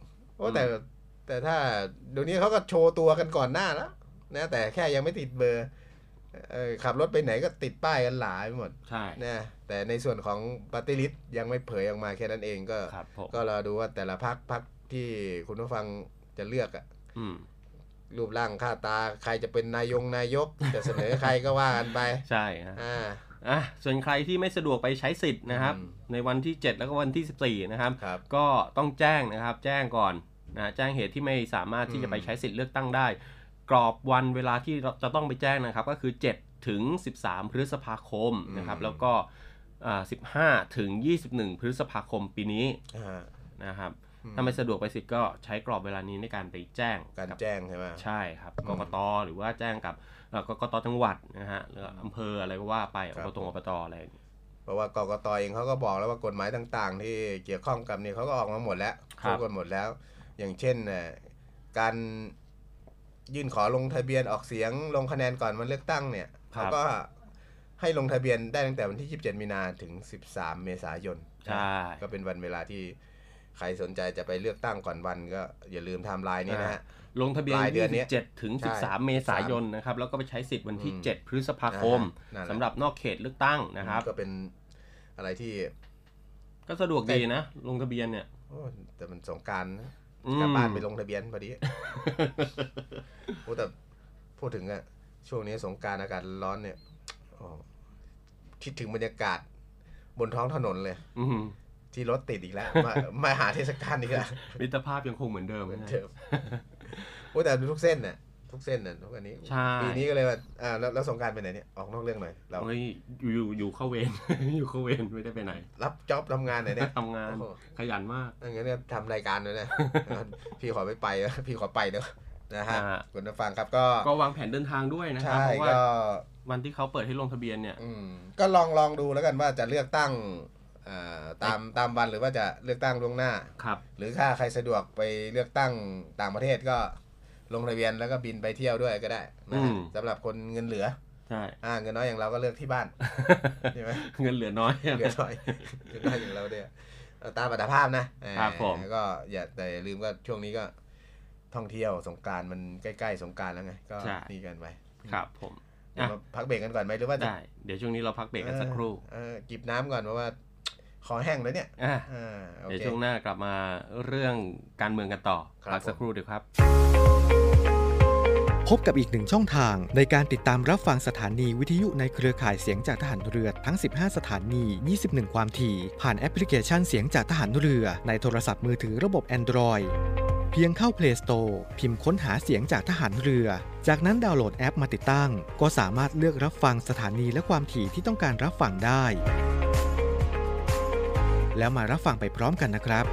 แต่ถ้าเดี๋ยวนี้เขาก็โชว์ตัวกันก่อนหน้าแล้วนะแต่แค่ยังไม่ติดเบอร์ขับรถไปไหนก็ติดป้ายกันหลายหมดใช่นะแต่ในส่วนของปฏิริษียังไม่เผยออกมาแค่นั้นเองก็รอดูว่าแต่ละพรรคที่คุณผู้ฟังจะเลือกรูปร่างค่าตาใครจะเป็นนายกจะเสนอใครก็ว่ากันไปใช่ฮะส่วนใครที่ไม่สะดวกไปใช้สิทธิ์นะครับในวันที่7แล้วก็วันที่14นะครับก็ต้องแจ้งนะครับแจ้งก่อนนะแจ้งเหตุที่ไม่สามารถที่จะไปใช้สิทธิ์เลือกตั้งได้กรอบวันเวลาที่จะต้องไปแจ้งนะครับก็คือ7ถึง13พฤษภาคมนะครับแล้วก็15ถึง21พฤษภาคมปีนี้นะครับถ้าไม่สะดวกไปสิทธิ์ก็ใช้กรอบเวลานี้ในการไปแจ้งใช่ไหมใช่ครับกกตหรือว่าแจ้งกับกกตจังหวัดนะฮะหรืออำเภออะไรก็ว่าไปอบตอะไรเพราะว่ากกตเองเขาก็บอกแล้วว่ากฎหมายต่างๆที่เกี่ยวข้องกับนี่เขาก็ออกมาหมดแล้วเขากฎหมดแล้วอย่างเช่นการยื่นขอลงทะเบียนออกเสียงลงคะแนนก่อนวันเลือกตั้งเนี่ยเขาก็ให้ลงทะเบียนได้ตั้งแต่วันที่27มีนาถึง13เมษายนก็เป็นวันเวลาที่ใครสนใจจะไปเลือกตั้งก่อนวันก็อย่าลืมไทม์ไลน์นี้นะฮะลงทะเบียน27ถึง13เมษายนนะครับแล้วก็ไปใช้สิทธิ์วันที่7พฤษภาคมสำหรับนอกเขตเลือกตั้งนะครับก็เป็นอะไรที่ก็สะดวกดีนะลงทะเบียนเนี่ยแต่มันสงกรานต์กลับบ้านไปลงทะเบียนพอดีแต่พูดถึงอะช่วงนี้สงกรานต์อากาศร้อนเนี่ยคิดถึงบรรยากาศบนท้องถนนเลยที่รถติดอีกแล้วมาหาเทศกาลอีกแล้วมิตรภาพยังคงเหมือนเดิมแต่ทุกเส้นน่ะทุกอันนี้ปีนี้ก็เลยว่าแล้วสงกรานต์ไปไหนเนี่ยออกนอกเรื่องหน่อยเราอยู่เข้าเวรอยู่เข้าเวรไม่ได้ไปไหนรับจ็อบทำงานไหนเนี่ยทำงานขยันมากงั้นเนี่ยทำรายการเลยนะพี่ขอไม่ไปพี่ขอไปเด้อนะฮะคุณผู้ฟังครับก็วางแผนเดินทางด้วยนะครับเพราะว่าวันที่เขาเปิดให้ลงทะเบียนเนี่ยก็ลองดูแล้วกันว่าจะเลือกตั้งตามวันหรือว่าจะเลือกตั้งล่วงหน้าหรือถ้าใครสะดวกไปเลือกตั้งต่างประเทศก็ลงทะเบียนแล้วก็บินไปเที่ยวด้วยก็ได้นะสำหรับคนเงินเหลือใช่เงินน้อยอย่างเราก็เลือกที่บ้านใช่ไหมเงินเหลือน้อยเงินน้อยอย่างเราเนี่ยตามอัตภาพนะครับผมก็อย่าลืมก็ช่วงนี้ก็ท่องเที่ยวสงกรานต์มันใกล้ๆสงกรานต์แล้วไงก็นี่กันไปครับผมพักเบรกกันก่อนไหมหรือว่าได้เดี๋ยวช่วงนี้เราพักเบรกกันสักครู่จิบน้ำก่อนเพราะว่าขอแห้งเลยเนี่ยเดี๋ยวช่วงหน้ากลับมาเรื่องการเมืองกันต่อพักสักครู่เดี๋ยวครับพบกับอีกหนึ่งช่องทางในการติดตามรับฟังสถานีวิทยุในเครือข่ายเสียงจากทหารเรือทั้ง15สถานี21ความถี่ผ่านแอปพลิเคชันเสียงจากทหารเรือในโทรศัพท์มือถือระบบ Android เพียงเข้า Play Store พิมพ์ค้นหาเสียงจากทหารเรือจากนั้นดาวน์โหลดแอปมาติดตั้งก็สามารถเลือกรับฟังสถานีและความถี่ที่ต้องการรับฟังได้แล้วมารับฟังไปพร้อมกันนะครับ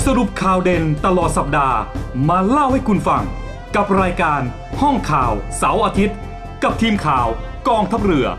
รุปข่าวเด่นตลอดสัปดาห์มาเล่าให้คุณฟังกับรายการห้องข่าวเสาร์อาทิตย์กับทีมข่าวกองทัพเรือ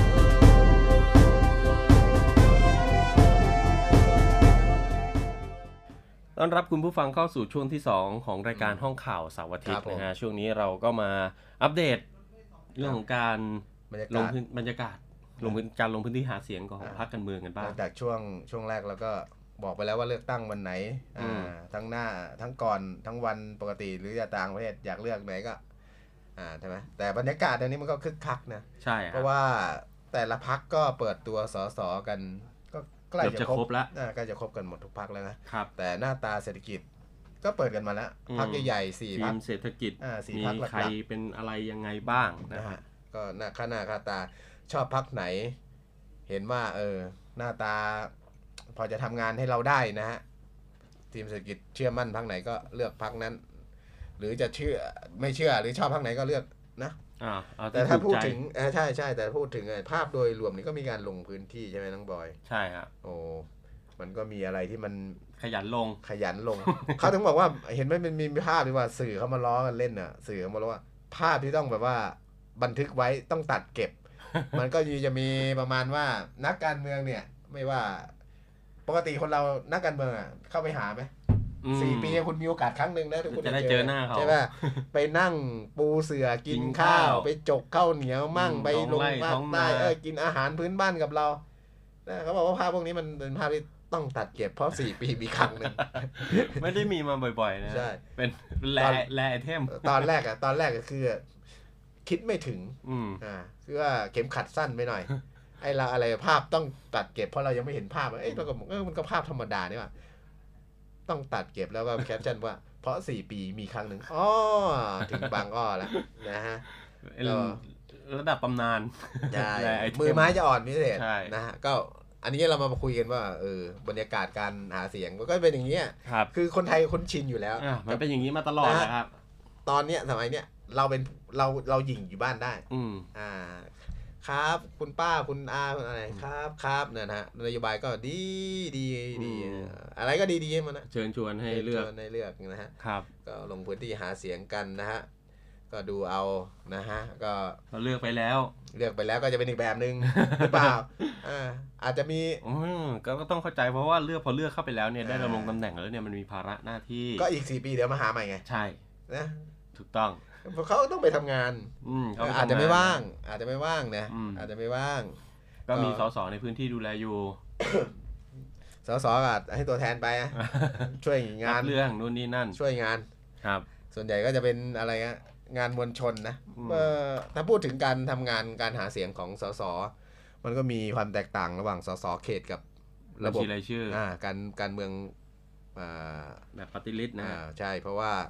ต้อนรับคุณผู้ฟังเข้าสู่ช่วงที่2ของรายการห้องข่าวเสาร์อาทิตย์นะฮะช่วงนี้เราก็มาอัปเดตเรื่องของการลงพื้นบรรยากาศการลงพื้นที่หาเสียงของพรรคการเมืองกันบ้างจากช่วงแรกเราก็บอกไปแล้วว่าเลือกตั้งวันไหนทั้งหน้าทั้งก่อนทั้งวันปกติหรือจะต่างประเทศอยากเลือกไหนก็ใช่ไหมแต่บรรยากาศตอนนี้มันก็คึกคักนะใช่เพราะว่าแต่ละพรรคก็เปิดตัวสสกันก็ใกล้จะครบแล้วใกล้จะครบกันหมดทุกพรรคแล้วนะครับแต่หน้าตาเศรษฐกิจก็เปิดกันมาแล้วพรรคใหญ่ๆ4พรรคเศรษฐกิจมีใครเป็นอะไรยังไงบ้างนะฮะก็หน้าค่าตาชอบพรรคไหนเห็นว่าหน้าตาพอจะทำงานให้เราได้นะฮะทีมเศรษฐกิจเชื่อมั่นพรรคไหนก็เลือกพรรคนั้นหรือจะเชื่อไม่เชื่อหรือชอบพรรคไหนก็เลือกนะแต่ถ้าพูดถึงใช่แต่พูดถึงภาพโดยรวมนี่ก็มีการลงพื้นที่ใช่ไหมน้องบอยใช่ครับโอ้มันก็มีอะไรที่มันขยันลงเขาถึงบอกว่าเห็นไหมมันมีภาพที่ว่าสื่อเขามาล้อกันเล่นน่ะสื่อเขามาล้อว่าภาพที่ต้องแบบว่าบันทึกไว้ต้องตัดเก็บ มันก็จะมีประมาณว่านักการเมืองเนี่ยไม่ว่าปกติคนเรานักการเมืองเข้าไปหาไหม4 ปีคุณมีโอกาสครั้งหนึ่งนะที่คุณจะได้เจอหน้าเขาใช่ป่ะไปนั่งปูเสื่อกินข้าวไปจกข้าวเหนียวมั่งไปลงภาคใต้กินอาหารพื้นบ้านกับเราเขาบอกว่าภาพพวกนี้มันเป็นภาพที่ต้องตัดเก็บเพราะ4 ปีมีครั้งนึงไม่ได้มีมาบ่อยๆนะใช่เป็นแลไอเทมตอนแรกก็คือคิดไม่ถึงคือว่าเข็มขัดสั้นไปหน่อยไอ้เราอะไรภาพต้องตัดเก็บเพราะเรายังไม่เห็นภาพเราก็มันก็ภาพธรรมดานี่ว่าต้องตัดเก็บแล้วก็แคปชั่นว่าเพราะ4 ปีมีครั้งหนึ่งถึงบางอ้อแล้วนะฮะระดับตำนานใช่มือไม้จะอ่อนพิเศษนะฮะก็อันนี้เรามาคุยกันว่าบรรยากาศการหาเสียงมันก็เป็นอย่างนี้คือคนไทยคุ้นชินอยู่แล้วมันเป็นอย่างนี้มาตลอดนะครับตอนเนี้ยสมัยเนี้ยเราเป็นเราหยิ่งอยู่บ้านได้ครับคุณป้าคุณอาคุณอะไรครับเนี่ยนะฮะนโยบายก็ดีอะไรก็ดีๆมันนะเชิญชวนให้เลือกนะฮะครับก็ลงพื้นที่หาเสียงกันนะฮะก็ดูเอานะฮะก็เลือกไปแล้วก็จะเป็นอีกแบบนึงหรือเปล่าอาจจะมีก็ต้องเข้าใจเพราะว่าพอเลือกเข้าไปแล้วเนี่ยได้ดำรงตำแหน่งแล้วเนี่ยมันมีภาระหน้าที่ก็อีก4 ปีเดี๋ยวมาหาใหม่ไงใช่นะถูกต้องเขาต้องไปทำงานอาจจะไม่ว่างนะอาจจะไม่ว่างก็มีสสในพื้นที่ดูแลอยู่สสก็ให้ตัวแทนไปช่วยงานเรื่องนู่นนี่นั่นช่วยงานครับส่วนใหญ่ก็จะเป็นอะไรงานมวลชนนะถ้าพูดถึงการทำงานการหาเสียงของสสมันก็มีความแตกต่างระหว่างสสเขตกับระบบรายชื่อการเมืองแบบปฏิริษีนะใช่เพราะว่า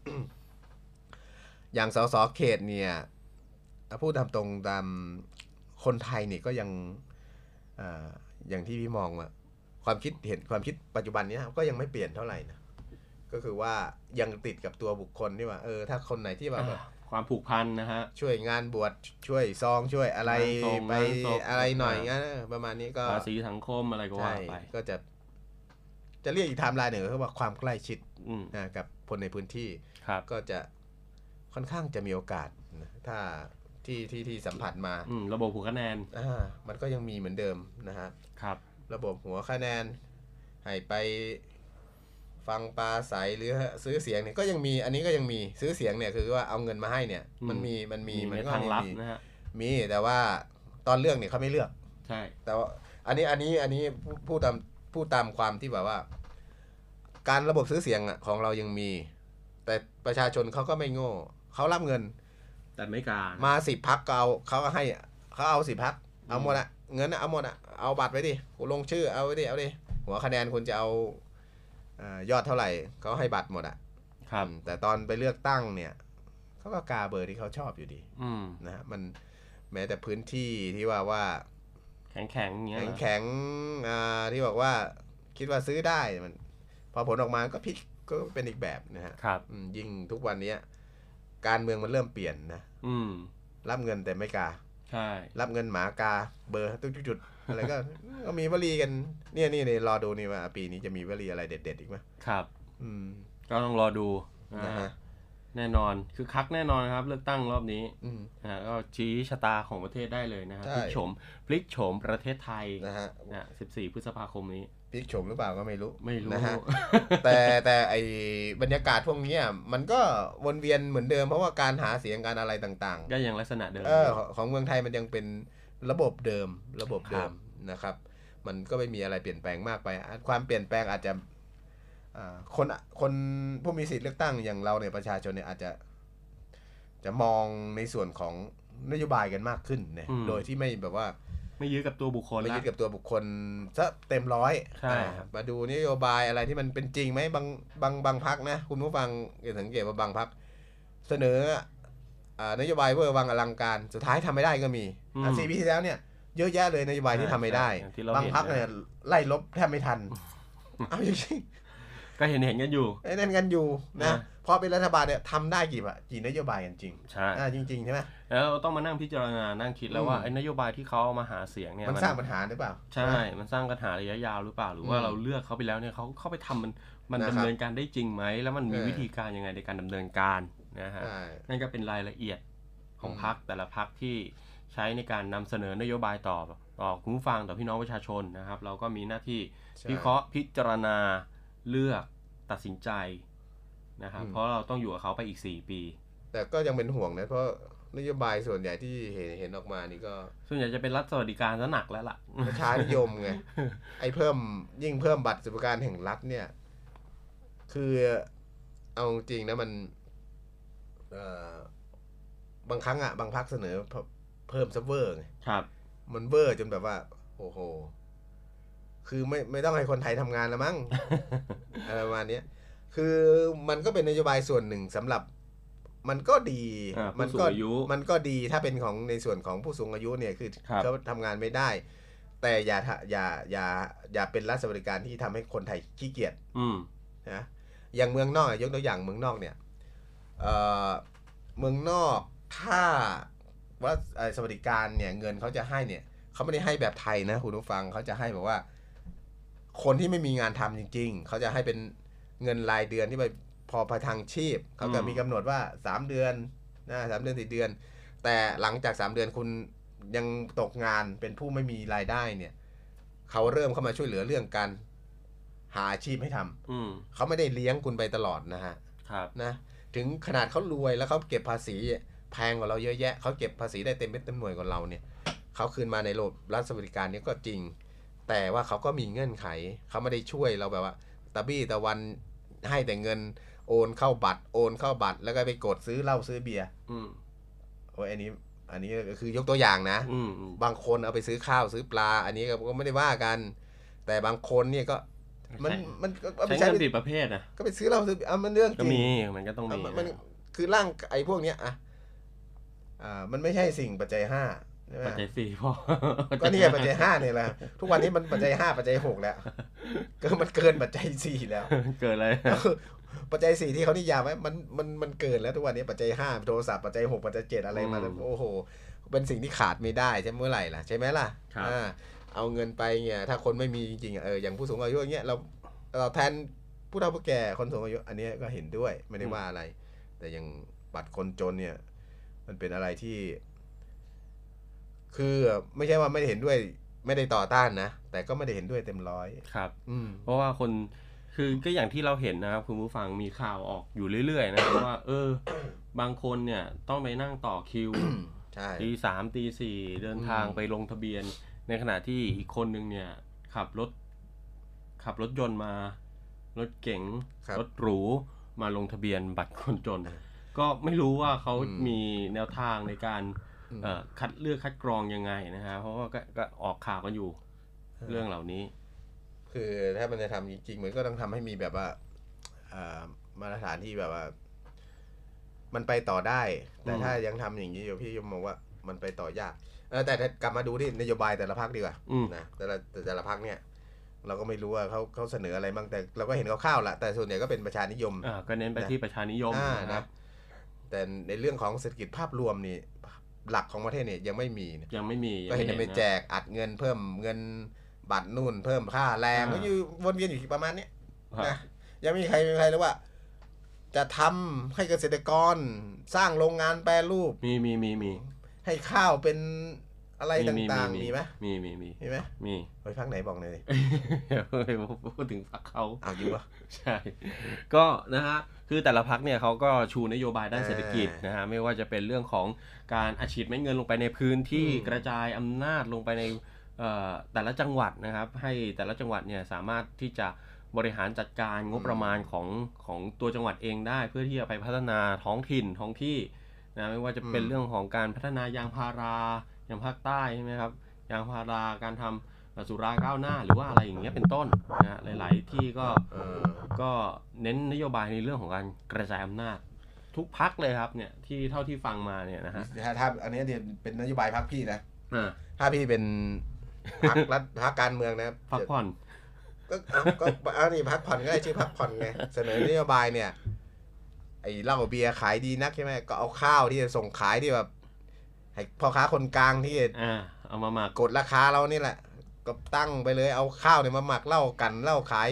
อย่างสสเขตเนี่ยพูดตามตรงตามคนไทยเนี่ยก็ยังอย่างที่พี่มองว่าความคิดปัจจุบันนี้ก็ยังไม่เปลี่ยนเท่าไหร่นะก็คือว่ายังติดกับตัวบุคคลที่ว่าถ้าคนไหนที่แบบความผูกพันนะฮะช่วยงานบวชช่วยซองช่วยอะไรไปอะไรหน่อยงั้นประมาณนี้ก็ภาษีสังคมอะไรก็ว่าไปก็จะเรียกอีกไทม์ไลน์หนึ่งคือว่าความใกล้ชิดกับคนในพื้นที่ก็จะค่อนข้างจะมีโอกาสถ้าที่สัมผัสมาระบบหัวคะแนนมันก็ยังมีเหมือนเดิมนะฮะครับระบบหัวคะแนนให้ไปฟังปลาใสหรือซื้อเสียงเนี่ยก็ยังมีอันนี้ก็ยังมีซื้อเสียงเนี่ยคือว่าเอาเงินมาให้เนี่ยมันก็ทางลับนะฮะมีแต่ว่าตอนเลือกเนี่ยเขาไม่เลือกใช่แต่ว่าอันนี้พูดตามความที่แบบว่าการระบบซื้อเสียงของเรายังมีแต่ประชาชนเขาก็ไม่โง่เขารับเงินแต่ไม่กล้ามา10 พรรคเขาก็ให้เขาเอา10 พรรคเอาหมดอะเงินเอาหมดอะเอาบัตรไว้ดิลงชื่อเอาไว้ดิหัวคะแนนคุณจะเอายอดเท่าไหร่เขาให้บัตรหมดอะครับแต่ตอนไปเลือกตั้งเนี่ยเขาก็กาเบอร์ที่เขาชอบอยู่ดีนะฮะมันแม้แต่พื้นที่ที่ว่าแข็งอย่างเงี้ยแข็งที่บอกว่าคิดว่าซื้อได้มันพอผลออกมาก็พลิกก็เป็นอีกแบบนะฮะยิ่งทุกวันนี้การเมืองมันเริ่มเปลี่ยนนะรับเงินแต่ไม่กาใช่รับเงินหมากาเบอร์ทุกจุดอะไรก็มีวลีกันนี่รอดูนี่ว่าปีนี้จะมีวลีอะไรเด็ดๆอีกไหมครับก็ต้องรอดูนะฮะแน่นอนคือคักแน่นอนครับเลือกตั้งรอบนี้ก็ชี้ชะตาของประเทศได้เลยนะฮะพลิกโฉมประเทศไทยนะฮะ14 พฤษภาคมนี้พลิกโฉมหรือเปล่าก็ไม่รู้นะฮะแต่ไอบรรยากาศพวกนี้มันก็วนเวียนเหมือนเดิมเพราะว่าการหาเสียงการอะไรต่างๆก็ยังลักษณะเดิมของเมืองไทยมันยังเป็นระบบเดิมนะครับมันก็ไม่มีอะไรเปลี่ยนแปลงมากไปความเปลี่ยนแปลงอาจจะคนผู้มีสิทธิ์เลือกตั้งอย่างเราเนี่ยประชาชนเนี่ยอาจจะมองในส่วนของนโยบายกันมากขึ้นเนี่ยโดยที่ไม่แบบว่าไม่ยึดกับตัวบุคคลไม่ยึดกับตัวบุคคลซะเต็มร้อยมาดูนโยบายอะไรที่มันเป็นจริงไหมบางพรรคนะคุณผู้ฟังจะสังเกตว่าบางพรรคเสนอนโยบายเวอร์วังอลังการสุดท้ายทำไม่ได้ก็มี4 ปีที่แล้วเนี่ยเยอะแยะเลยนโยบายที่ทำไม่ได้บางพรรคเนี่ยไล่ลบแทบไม่ทันเอาจริงก็เห็นกันอยู่นั่นกันอยู่นะพอเป็นรัฐบาลเนี่ยทำได้กี่นโยบายกันจริงใช่จริงใช่ไหมแล้วต้องมานั่งพิจารณานั่งคิดแล้วว่าไอ้นโยบายที่เขาเอามาหาเสียงเนี่ยมันสร้างปัญหาหรือเปล่าใช่มันสร้างปัญหาระยะยาวหรือเปล่าหรือว่าเราเลือกเขาไปแล้วเนี่ยเขาเข้าไปทำมันดำเนินการได้จริงไหมแล้วมันมีวิธีการยังไงในการดำเนินการนะฮะนั่นก็เป็นรายละเอียดของพรรคแต่ละพรรคที่ใช้ในการนำเสนอนโยบายต่อคุณผู้ฟังต่อพี่น้องประชาชนนะครับเราก็มีหน้าที่วิเคราะห์พิจารณาเลือกตัดสินใจนะครับเพราะเราต้องอยู่กับเขาไปอีก4 ปีแต่ก็ยังเป็นห่วงนะเพราะนโยบายส่วนใหญ่ที่เห็นออกมานี่ก็ส่วนใหญ่จะเป็นรัฐสวัสดิการซะหนักแล้วล่ะประชานิยมไงไอ้ยิ่งเพิ่มบัตรสวัสดิการแห่งรัฐเนี่ยคือเอาจริงนะมันบางครั้งบางพรรคเสนอเพิ่มซับเวอร์ไงครับมันเวอร์จนแบบว่าโอ้โหคือไม่ต้องให้คนไทยทำงานแล้วมั้งอะไรประมาณนี้คือมันก็เป็นนโยบายส่วนหนึ่งสำหรับมันก็ดีมันก็ดีถ้าเป็นของในส่วนของผู้สูงอายุเนี่ยคือเขาทำงานไม่ได้แต่อย่าเป็นรัฐสวัสดิการที่ทำให้คนไทยขี้เกียจนะอย่างเมืองนอกยกตัวอย่างเมืองนอกเนี่ยเมืองนอกถ้าว่าสวัสดิการเนี่ยเงินเขาจะให้เนี่ยเขาไม่ได้ให้แบบไทยนะคุณผู้ฟังเขาจะให้แบบว่าคนที่ไม่มีงานทำจริงๆเขาจะให้เป็นเงินรายเดือนที่ไปพอประทังชีพเขาจะมีกำหนดว่า3 เดือนนะ3 เดือน4 เดือนแต่หลังจาก3 เดือนคุณยังตกงานเป็นผู้ไม่มีรายได้เนี่ยเขาเริ่มเข้ามาช่วยเหลือเรื่องการหาอาชีพให้ทำเขาไม่ได้เลี้ยงคุณไปตลอดนะฮะนะถึงขนาดเขารวยแล้วเขาเก็บภาษีแพงกว่าเราเยอะแยะเขาเก็บภาษีได้เต็มเม็ดเต็มหน่วยกว่าเราเนี่ยเขาคืนมาในระบบรัฐสวัสดิการนี้ก็จริงแต่ว่าเขาก็มีเงื่อนไขเขาไม่ได้ช่วยเราแบบว่าตะบี้ตะวันให้แต่เงินโอนเข้าบัตรแล้วก็ไปกดซื้อเหล้าซื้อเบียร์โอ้ยอันนี้ก็คือยกตัวอย่างนะบางคนเอาไปซื้อข้าวซื้อปลาอันนี้ก็ไม่ได้ว่ากันแต่บางคนเนี่ยก็มันใช้เงินผิดประเภทนะก็ไปซื้อเหล้าซื้อมันเรื่องจริงก็มีมันก็ต้องมีมันคือร่างไอ้พวกเนี้ยมันไม่ใช่สิ่งปัจจัย5 ปัจจัย4พ่อก็นี่ปัจจัย5เนี่ยแหละทุกวันนี้มันปัจจัย5ปัจจัย6แล้วก็มันเกินปัจจัย4แล้วเกินอะไรปัจจัย4ที่เขานิยามไว้มันเกินแล้วทุกวันนี้ปัจจัย5โทรศัพท์ปัจจัย6ปัจจัย7อะไรมาโอ้โหเป็นสิ่งที่ขาดไม่ได้ใช่เมื่อไหร่ล่ะใช่ไหมล่ะเอาเงินไปเนี่ยถ้าคนไม่มีจริงๆอย่างผู้สูงอายุอย่างเงี้ยเราแทนผู้เฒ่าผู้แก่คนสูงอายุอันนี้ก็เห็นด้วยไม่ได้ว่าอะไรแต่อย่างบัตรคนจนเนี่ยมันเป็นอะไรที่คือไม่ใช่ว่าไม่ได้เห็นด้วยไม่ได้ต่อต้านนะแต่ก็ไม่ได้เห็นด้วยเต็มร้อยครับเพราะว่าคนคือก็อย่างที่เราเห็นนะครับคุณผู้ฟังมีข่าวออกอยู่เรื่อยๆนะว่าบางคนเนี่ยต้องไปนั่งต่อคิวตี 3 ตี 4เดินทางไปลงทะเบียนในขณะที่อีกคนนึงเนี่ยขับรถยนต์มารถเก๋งรถหรูมาลงทะเบียนบัตรคนจนก็ไม่รู้ว่าเขามีแนวทางในการคัดเลือกคัดกรองยังไงนะฮะเพราะว่าก็ออกข่าวกันอยู่เรื่องเหล่านี้คือถ้ามันจะทำจริงๆมันก็ต้องทำให้มีแบบว่ามาตรฐานที่แบบว่ามันไปต่อได้แต่ถ้ายังทำอย่างนี้อยู่พี่ยมมองว่ามันไปต่อยากแต่กลับมาดูที่นโยบายแต่ละพรรคดีกว่านะแต่ละพรรคเนี่ยเราก็ไม่รู้ว่าเขาเสนออะไรบ้างแต่เราก็เห็นคร่าวๆแหละแต่ส่วนใหญ่ก็เป็นประชานิยมก็เน้นไปที่ประชานิยมนะแต่ในเรื่องของเศรษฐกิจภาพรวมนี่หลักของประเทศเนี่ยยังไม่มียังไม่มีก็เห็นไปแจกอัดเงินเพิ่มเงินบัตรนู่นเพิ่มค่าแรงก็อยู่วนเวียนอยู่ประมาณนี้นะยังไม่มีใครรู้ว่าจะทำให้เกษตรกรสร้างโรงงานแปรรูปมีให้ข้าวเป็นอะไรต่างๆมีไหมมีไหมมีไปพักไหนบอกหน่อยดิพูดถึงพรรคเขาจริงปะใช่ก็นะฮะคือแต่ละพรรคเนี่ยเขาก็ชูนโยบายด้านเศรษฐกิจนะฮะไม่ว่าจะเป็นเรื่องของการอัดฉีดเม็ดเงินลงไปในพื้นที่กระจายอำนาจลงไปในแต่ละจังหวัดนะครับให้แต่ละจังหวัดเนี่ยสามารถที่จะบริหารจัดการงบประมาณของตัวจังหวัดเองได้เพื่อที่จะไปพัฒนาท้องถิ่นท้องที่นะไม่ว่าจะเป็นเรื่องของการพัฒนายางพาราอย่างภาคใต้ใช่ไหมครับยางพาราการทำสุราก้าวหน้าหรือว่าอะไรอย่างเงี้ยเป็นต้นนะหลายๆที่ก็เน้นนโยบายในเรื่องของการกระจายอำนาจทุกพรรคเลยครับเนี่ยที่เท่าที่ฟังมาเนี่ยนะฮะถ้าอันนี้เนี่ยเป็นนโยบายพรรคพี่นะถ้าพี่เป็นพรรครัฐพรรคการเมืองนะพักผ่อนก็อันนี้พักผ่อนก็ได้ชื่อพักผ่อนไงเสนอนโยบายเนี่ยไอ้เหล้าเบียร์ขายดีนักใช่ไหมก็เอาข้าวที่จะส่งขายที่แบบให้พ่อค้าคนกลางที่เอามาหมักกดราคาเรานี่แหละก็ตั้งไปเลยเอาข้าวเนี่ยมาหมักเหล้ากันเหล้าขาย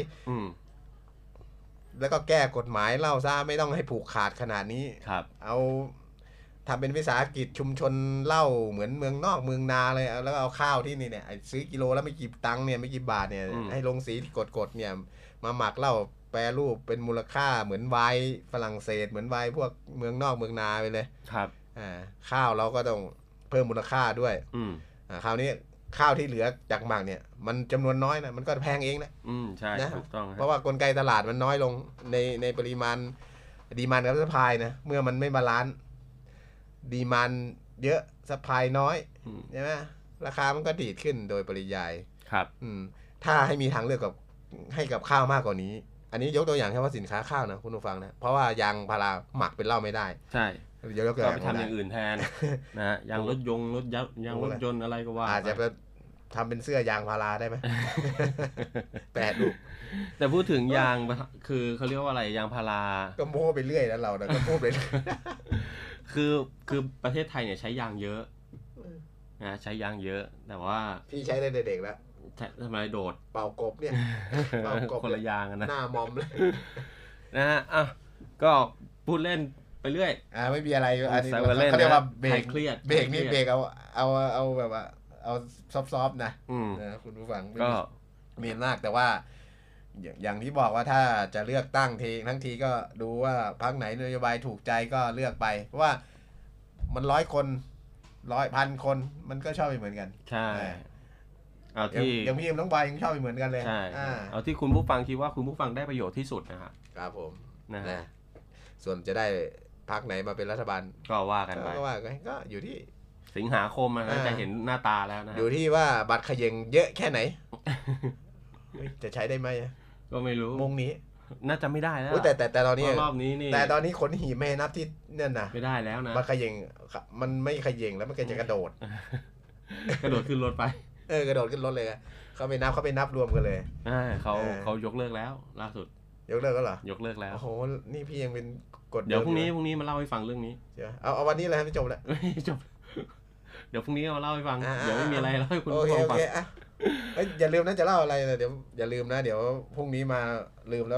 แล้วก็แก้กฎหมายเหล้าซะไม่ต้องให้ผูกขาดขนาดนี้ครับเอาทำเป็นวิสาหกิจชุมชนเหล้าเหมือนเมืองนอกเมืองนาเลยแล้วเอาข้าวที่นี่เนี่ยซื้อกิโลแล้วไม่กี่ตังค์เนี่ยไม่กี่บาทเนี่ยให้ลงสีที่กดเนี่ยมาหมักเหล้าแปรรูปเป็นมูลค่าเหมือนไวน์ฝรั่งเศสเหมือนไวน์พวกเมืองนอกเมืองนาไปเลยครับข้าวเราก็ต้องเพิ่มมูลค่าด้วยคราวนี้ข้าวที่เหลือจากหมักเนี่ยมันจำนวนน้อยนะมันก็แพงเองนะใช่ถูกต้องเพราะว่ากลไกตลาดมันน้อยลงในปริมาณดีมานด์กับซัพพลายนะเมื่อมันไม่บาลานซ์ดีมานด์เยอะซัพพลายน้อยใช่ไหมราคามันก็ดีดขึ้นโดยปริยายครับถ้าให้มีทางเลือกให้กับข้าวมากกว่านี้อันนี้ยกตัวอย่างแค่ว่าสินค้าข้าวนะคุณผู้ฟังนะเพราะว่ายางพาราหมักเป็นเหล้าไม่ได้ใช่ก็ไปทำอย่างอื่นแทนนะยางรถยนต์อะไรก็ว่าอาจจะไปทำเป็นเสื้อยางพาราได้ไหมแปดลูกแต่พูดถึงยางคือเขาเรียกว่าอะไรยางพาราก็โม้ไปเรื่อยแล้วเราก็โม้ไปคือประเทศไทยเนี่ยใช้ยางเยอะนะใช้ยางเยอะแต่ว่าพี่ใช้ได้เด็กๆแล้วทำไมโดดเป่ากบเนี่ยเป่ากบคนละยางนะหน้ามอมเลยนะฮะก็พูดเล่นไปเรื่อยไม่มีอะไรอันนี้เขาเรียกว่าเบรกเครียดเบรกนี่เบรกเอาแบบว่าเอาซอฟๆนะคุณผู้ฟังก็มีมากแต่ว่าอย่างที่บอกว่าถ้าจะเลือกตั้งทั้งทีก็ดูว่าพรรคไหนนโยบายถูกใจก็เลือกไปเพราะว่ามัน100 คน100,000 คนมันก็ชอบไม่เหมือนกันใช่เอาที่อย่างพี่น้องใบยังชอบไม่เหมือนกันเลยใช่เอาที่คุณผู้ฟังคิดว่าคุณผู้ฟังได้ประโยชน์ที่สุดนะครับครับผมนะส่วนจะได้พรรคไหนมาเป็นรัฐบาลก็ว่ากันไปก็อยู่ที่สิงหาคมนะจะเห็นหน้าตาแล้วนะอยู่ที่ว่าบัตรเขย่งเยอะแค่ไหนจะใช้ได้ไหมก็ไม่รู้มุงนี้น่าจะไม่ได้แล้วแต่ตอนนี้รอบนี้นี่แต่ตอนนี้ขนหีบไม่นับที่เนี่ยนะไม่ได้แล้วนะบัตรเขย่งมันไม่เขย่งแล้วมันก็จะกระโดดขึ้นรถไปกระโดดขึ้นรถเลยเขาไปนับรวมกันเลยเขายกเลิกแล้วล่าสุดยกเลิกแล้วเหรอยกเลิกแล้วโอ้โหนี่พี่ยังเป็นกฎเดี๋ยวพรุ่งนี้มาเล่าให้ฟังเรื่องนี้เอาวันนี้เลยไม่จบแล้วจบเดี๋ยวพรุ่งนี้มาเล่าให้ฟังเดี๋ยวไม่มีอะไรเล่าให้คุณผู้ฟังฟังอย่าลืมนะจะเล่าอะไรนะเดี๋ยวอย่าลืมนะเดี๋ยวพรุ่งนี้มาลืมแล้ว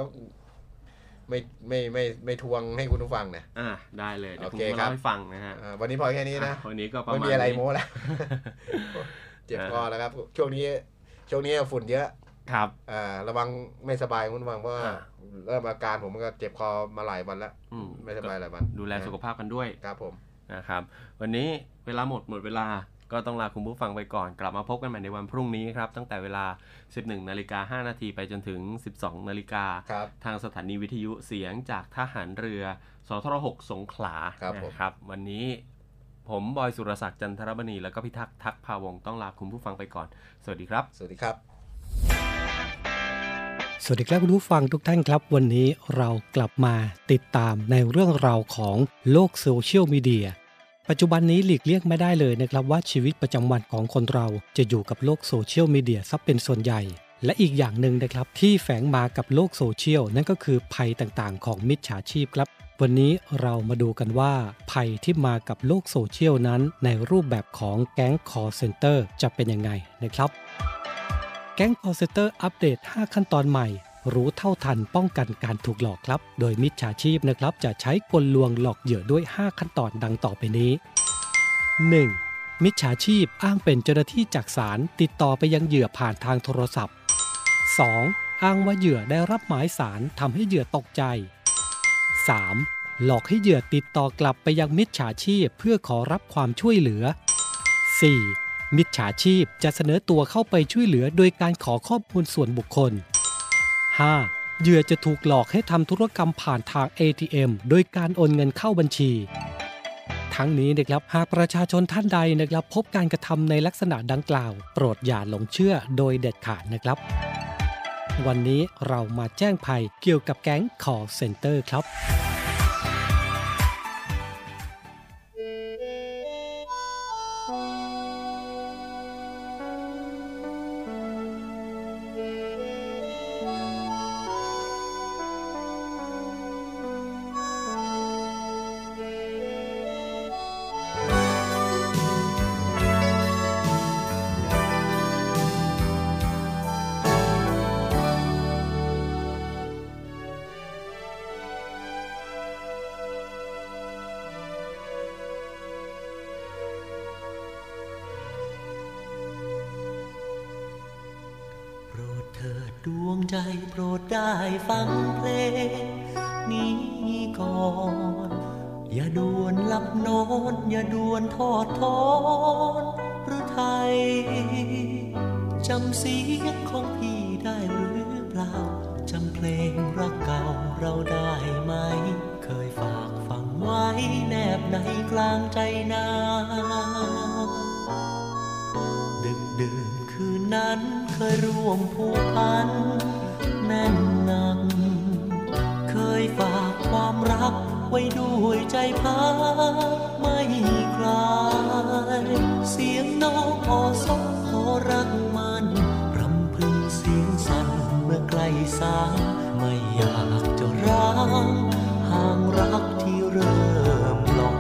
ไม่ทวงให้คุณผู้ฟังนะได้เลยเดี๋ยวผมมาเล่าให้ฟังนะฮะวันนี้พอแค่นี้นะวันนี้ก็ประมาณไม่มีอะไรโม้แล้วเจ็บคอแล้วครับช่วงนี้ฝุ่นเยอะครับระวังไม่สบายคุณผู้ฟังเพราะว่าเริ่มอาการผมก็เจ็บคอมาหลายวันแล้วไม่สบายหลายวันดูแลสุขภาพกันด้วยครับผมนะครับวันนี้เวลาหมดเวลาก็ต้องลาคุณผู้ฟังไปก่อนกลับมาพบกันใหม่ในวันพรุ่งนี้ครับตั้งแต่เวลา 11:05 น.ไปจนถึง 12:00 น.ทางสถานีวิทยุเสียงจากทหารเรือสทร6สงขลาครับวันนี้ผมบอยสุรศักดิ์จันทรบณีแล้วก็พิทักษ์ทักภาวงศ์ต้องลาคุณผู้ฟังไปก่อนสวัสดีครับสวัสดีครับสวัสดีครับคุณผู้ฟังทุกท่านครับวันนี้เรากลับมาติดตามในเรื่องราวของโลกโซเชียลมีเดียปัจจุบันนี้หลีกเลี่ยงไม่ได้เลยนะครับว่าชีวิตประจำวันของคนเราจะอยู่กับโลกโซเชียลมีเดียซะเป็นส่วนใหญ่และอีกอย่างหนึ่งนะครับที่แฝงมากับโลกโซเชียลนั่นก็คือภัยต่างๆของมิจฉาชีพครับวันนี้เรามาดูกันว่าภัยที่มากับโลกโซเชียลนั้นในรูปแบบของแก๊ง call center จะเป็นยังไงนะครับแก๊ง call center อัปเดต5ขั้นตอนใหม่รู้เท่าทันป้องกันการถูกหลอกครับโดยมิจฉาชีพนะครับจะใช้กลลวงหลอกเหยื่อด้วย5ขั้นตอนดังต่อไปนี้ 1. มิจฉาชีพอ้างเป็นเจ้าหน้าที่จากศาลติดต่อไปยังเหยื่อผ่านทางโทรศัพท์ 2. อ้างว่าเหยื่อได้รับหมายศาลทำให้เหยื่อตกใจ 3. หลอกให้เหยื่อติดต่อกลับไปยังมิจฉาชีพเพื่อขอรับความช่วยเหลือ 4. มิจฉาชีพจะเสนอตัวเข้าไปช่วยเหลือโดยการขอข้อมูลส่วนบุคคล 5. เหยื่อจะถูกหลอกให้ทำธุรกรรมผ่านทาง ATM โดยการโอนเงินเข้าบัญชีทั้งนี้นะครับหากประชาชนท่านใดนะครับพบการกระทำในลักษณะดังกล่าวโปรดอย่าหลงเชื่อโดยเด็ดขาดนะครับวันนี้เรามาแจ้งภัยเกี่ยวกับแก๊ง call center ครับดวงใจโปรดได้ฟังเพลงนี้ก่อนอย่าด่วนหลับนอนอย่าด่วนทอดถอนหรือไทยจำเสียงของพี่ได้หรือเปล่าจำเพลงรักเก่าเราได้ไหมเคยฝากฝังไว้แนบในกลางใจนาดึกดื่นคืนนั้นเคยร่วมผูกพันแน่นหนักเคยฝากความรักไว้ด้วยใจพักไม่คลายเสียงน้องขอสบขอรักมันรำพึงเสียงสั่นเมื่อใกล้สายไม่อยากจะร้างห่างรักที่เริ่มหลอก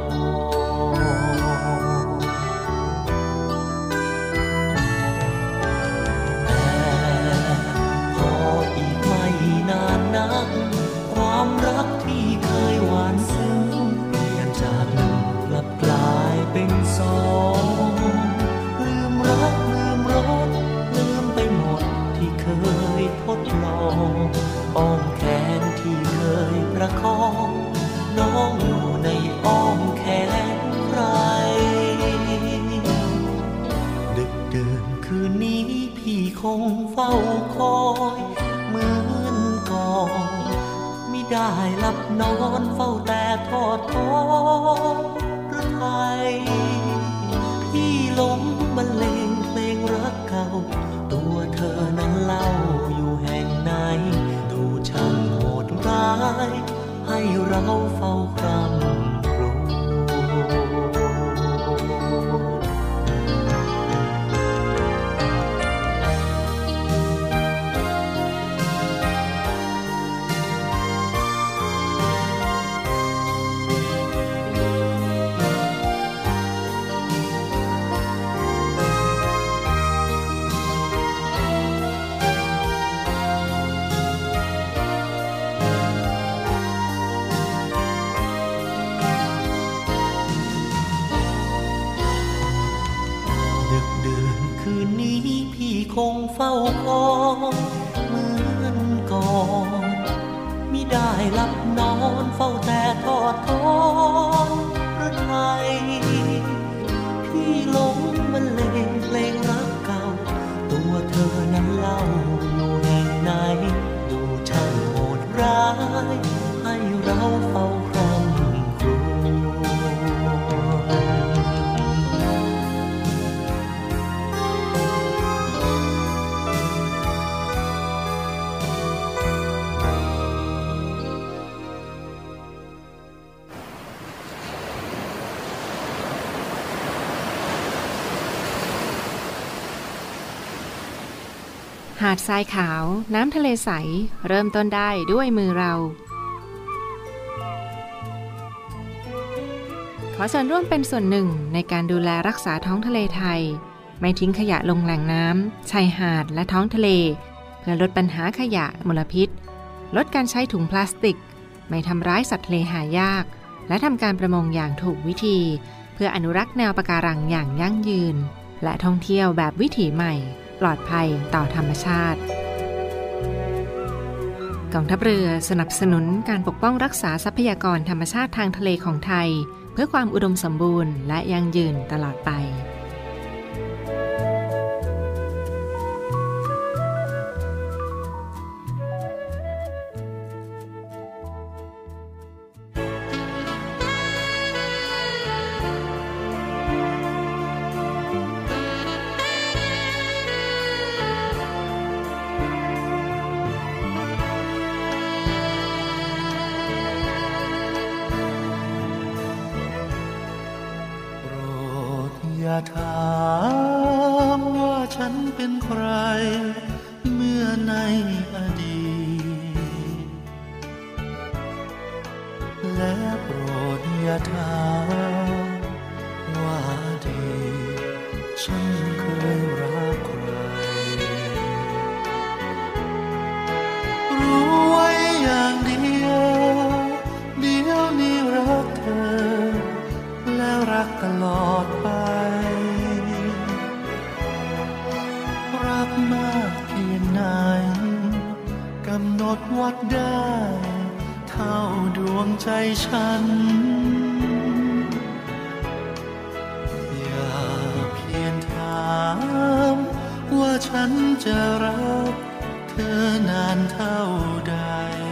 ความรักที่เคยหวานซึ้งเปลี่ยนจากหนึ่งกลับกลายเป็นสองลืมรักลืมรสลืมไปหมดที่เคยทดลองอ้อมแขนที่เคยประคองน้องอยู่ในอ้อมแขนใครดึกดื่นคืนนี้พี่คงเฝ้าคอยเหมือนก่อนไม่ได้หลับนอนเฝ้าแต่ทอดทอนหรือไทยพี่หลงบรรเลงเพลงรักเก่าตัวเธอนั้นเล่าอยู่แห่งไหนดูช่างโหดร้ายให้เราเฝ้าครำครวญคงเฝ้าคอยเหมือนก่อนมิได้หลับนอนเฝ้าแต่ทอดทอนหรือไทยพี่หลงบรรเลงเพลงรักเก่าตัวเธอนั้นเล่าอยู่แห่งไหนดูช่างโหดร้ายให้เราเฝ้าครำครวหาดทรายขาวน้ำทะเลใสเริ่มต้นได้ด้วยมือเราขอเชิญร่วมเป็นส่วนหนึ่งในการดูแลรักษาท้องทะเลไทยไม่ทิ้งขยะลงแหล่งน้ำชายหาดและท้องทะเลเพื่อลดปัญหาขยะมลพิษลดการใช้ถุงพลาสติกไม่ทำร้ายสัตว์ทะเลหายากและทำการประมงอย่างถูกวิธีเพื่ออนุรักษ์แนวปะการังอย่างยั่งยืนและท่องเที่ยวแบบวิถีใหม่ปลอดภัยต่อธรรมชาติกองทัพเรือสนับสนุนการปกป้องรักษาทรัพยากรธรรมชาติทางทะเลของไทยเพื่อความอุดมสมบูรณ์และยั่งยืนตลอดไปอย่าถามว่าฉันเป็นใครเมื่อในอดีตและโปรดอย่าถามว่าอดีตฉันเคยรักใครรู้ไว้อย่างเดียวเดี๋ยวนี้รักเธอแล้วรักตลอดไปรักมากเพียงไหนกำหนดวัดได้เท่าดวงใจฉันอย่าเพียงถามว่าฉันจะรักเธอนานเท่าใด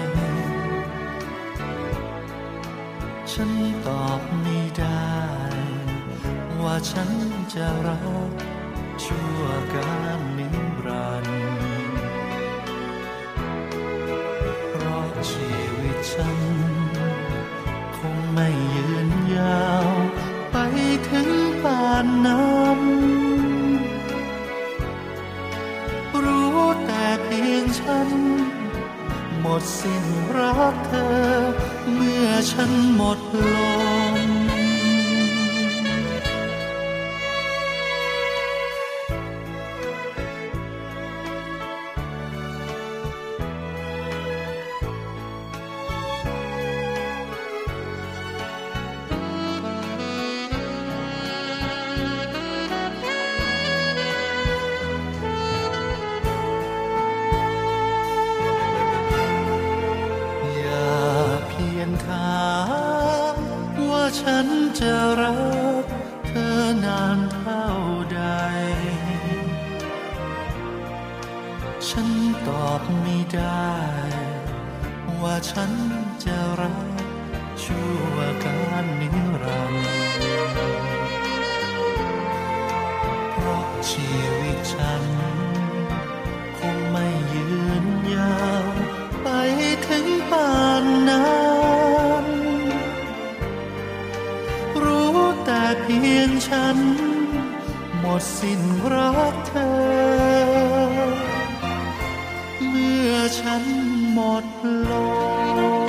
ฉันตอบไม่ได้ว่าฉันจะรักชั่วการนิรันดร์เพราะชีวิตฉันคงไม่ยืนยาวไปถึงป่านนั้นรู้แต่เพียงฉันหมดสิ้นรักเธอเมื่อฉันหมดลมฉันจะรักเธอนานเท่าใดฉันตอบไม่ได้ว่าฉันจะรักชั่วการนิรันดร์เพราะชีวิตฉันคงไม่ยืนยาวไปถึงป่านนั้นแต่เพียงฉันหมดสิ้นรักเธอเมื่อฉันหมดลม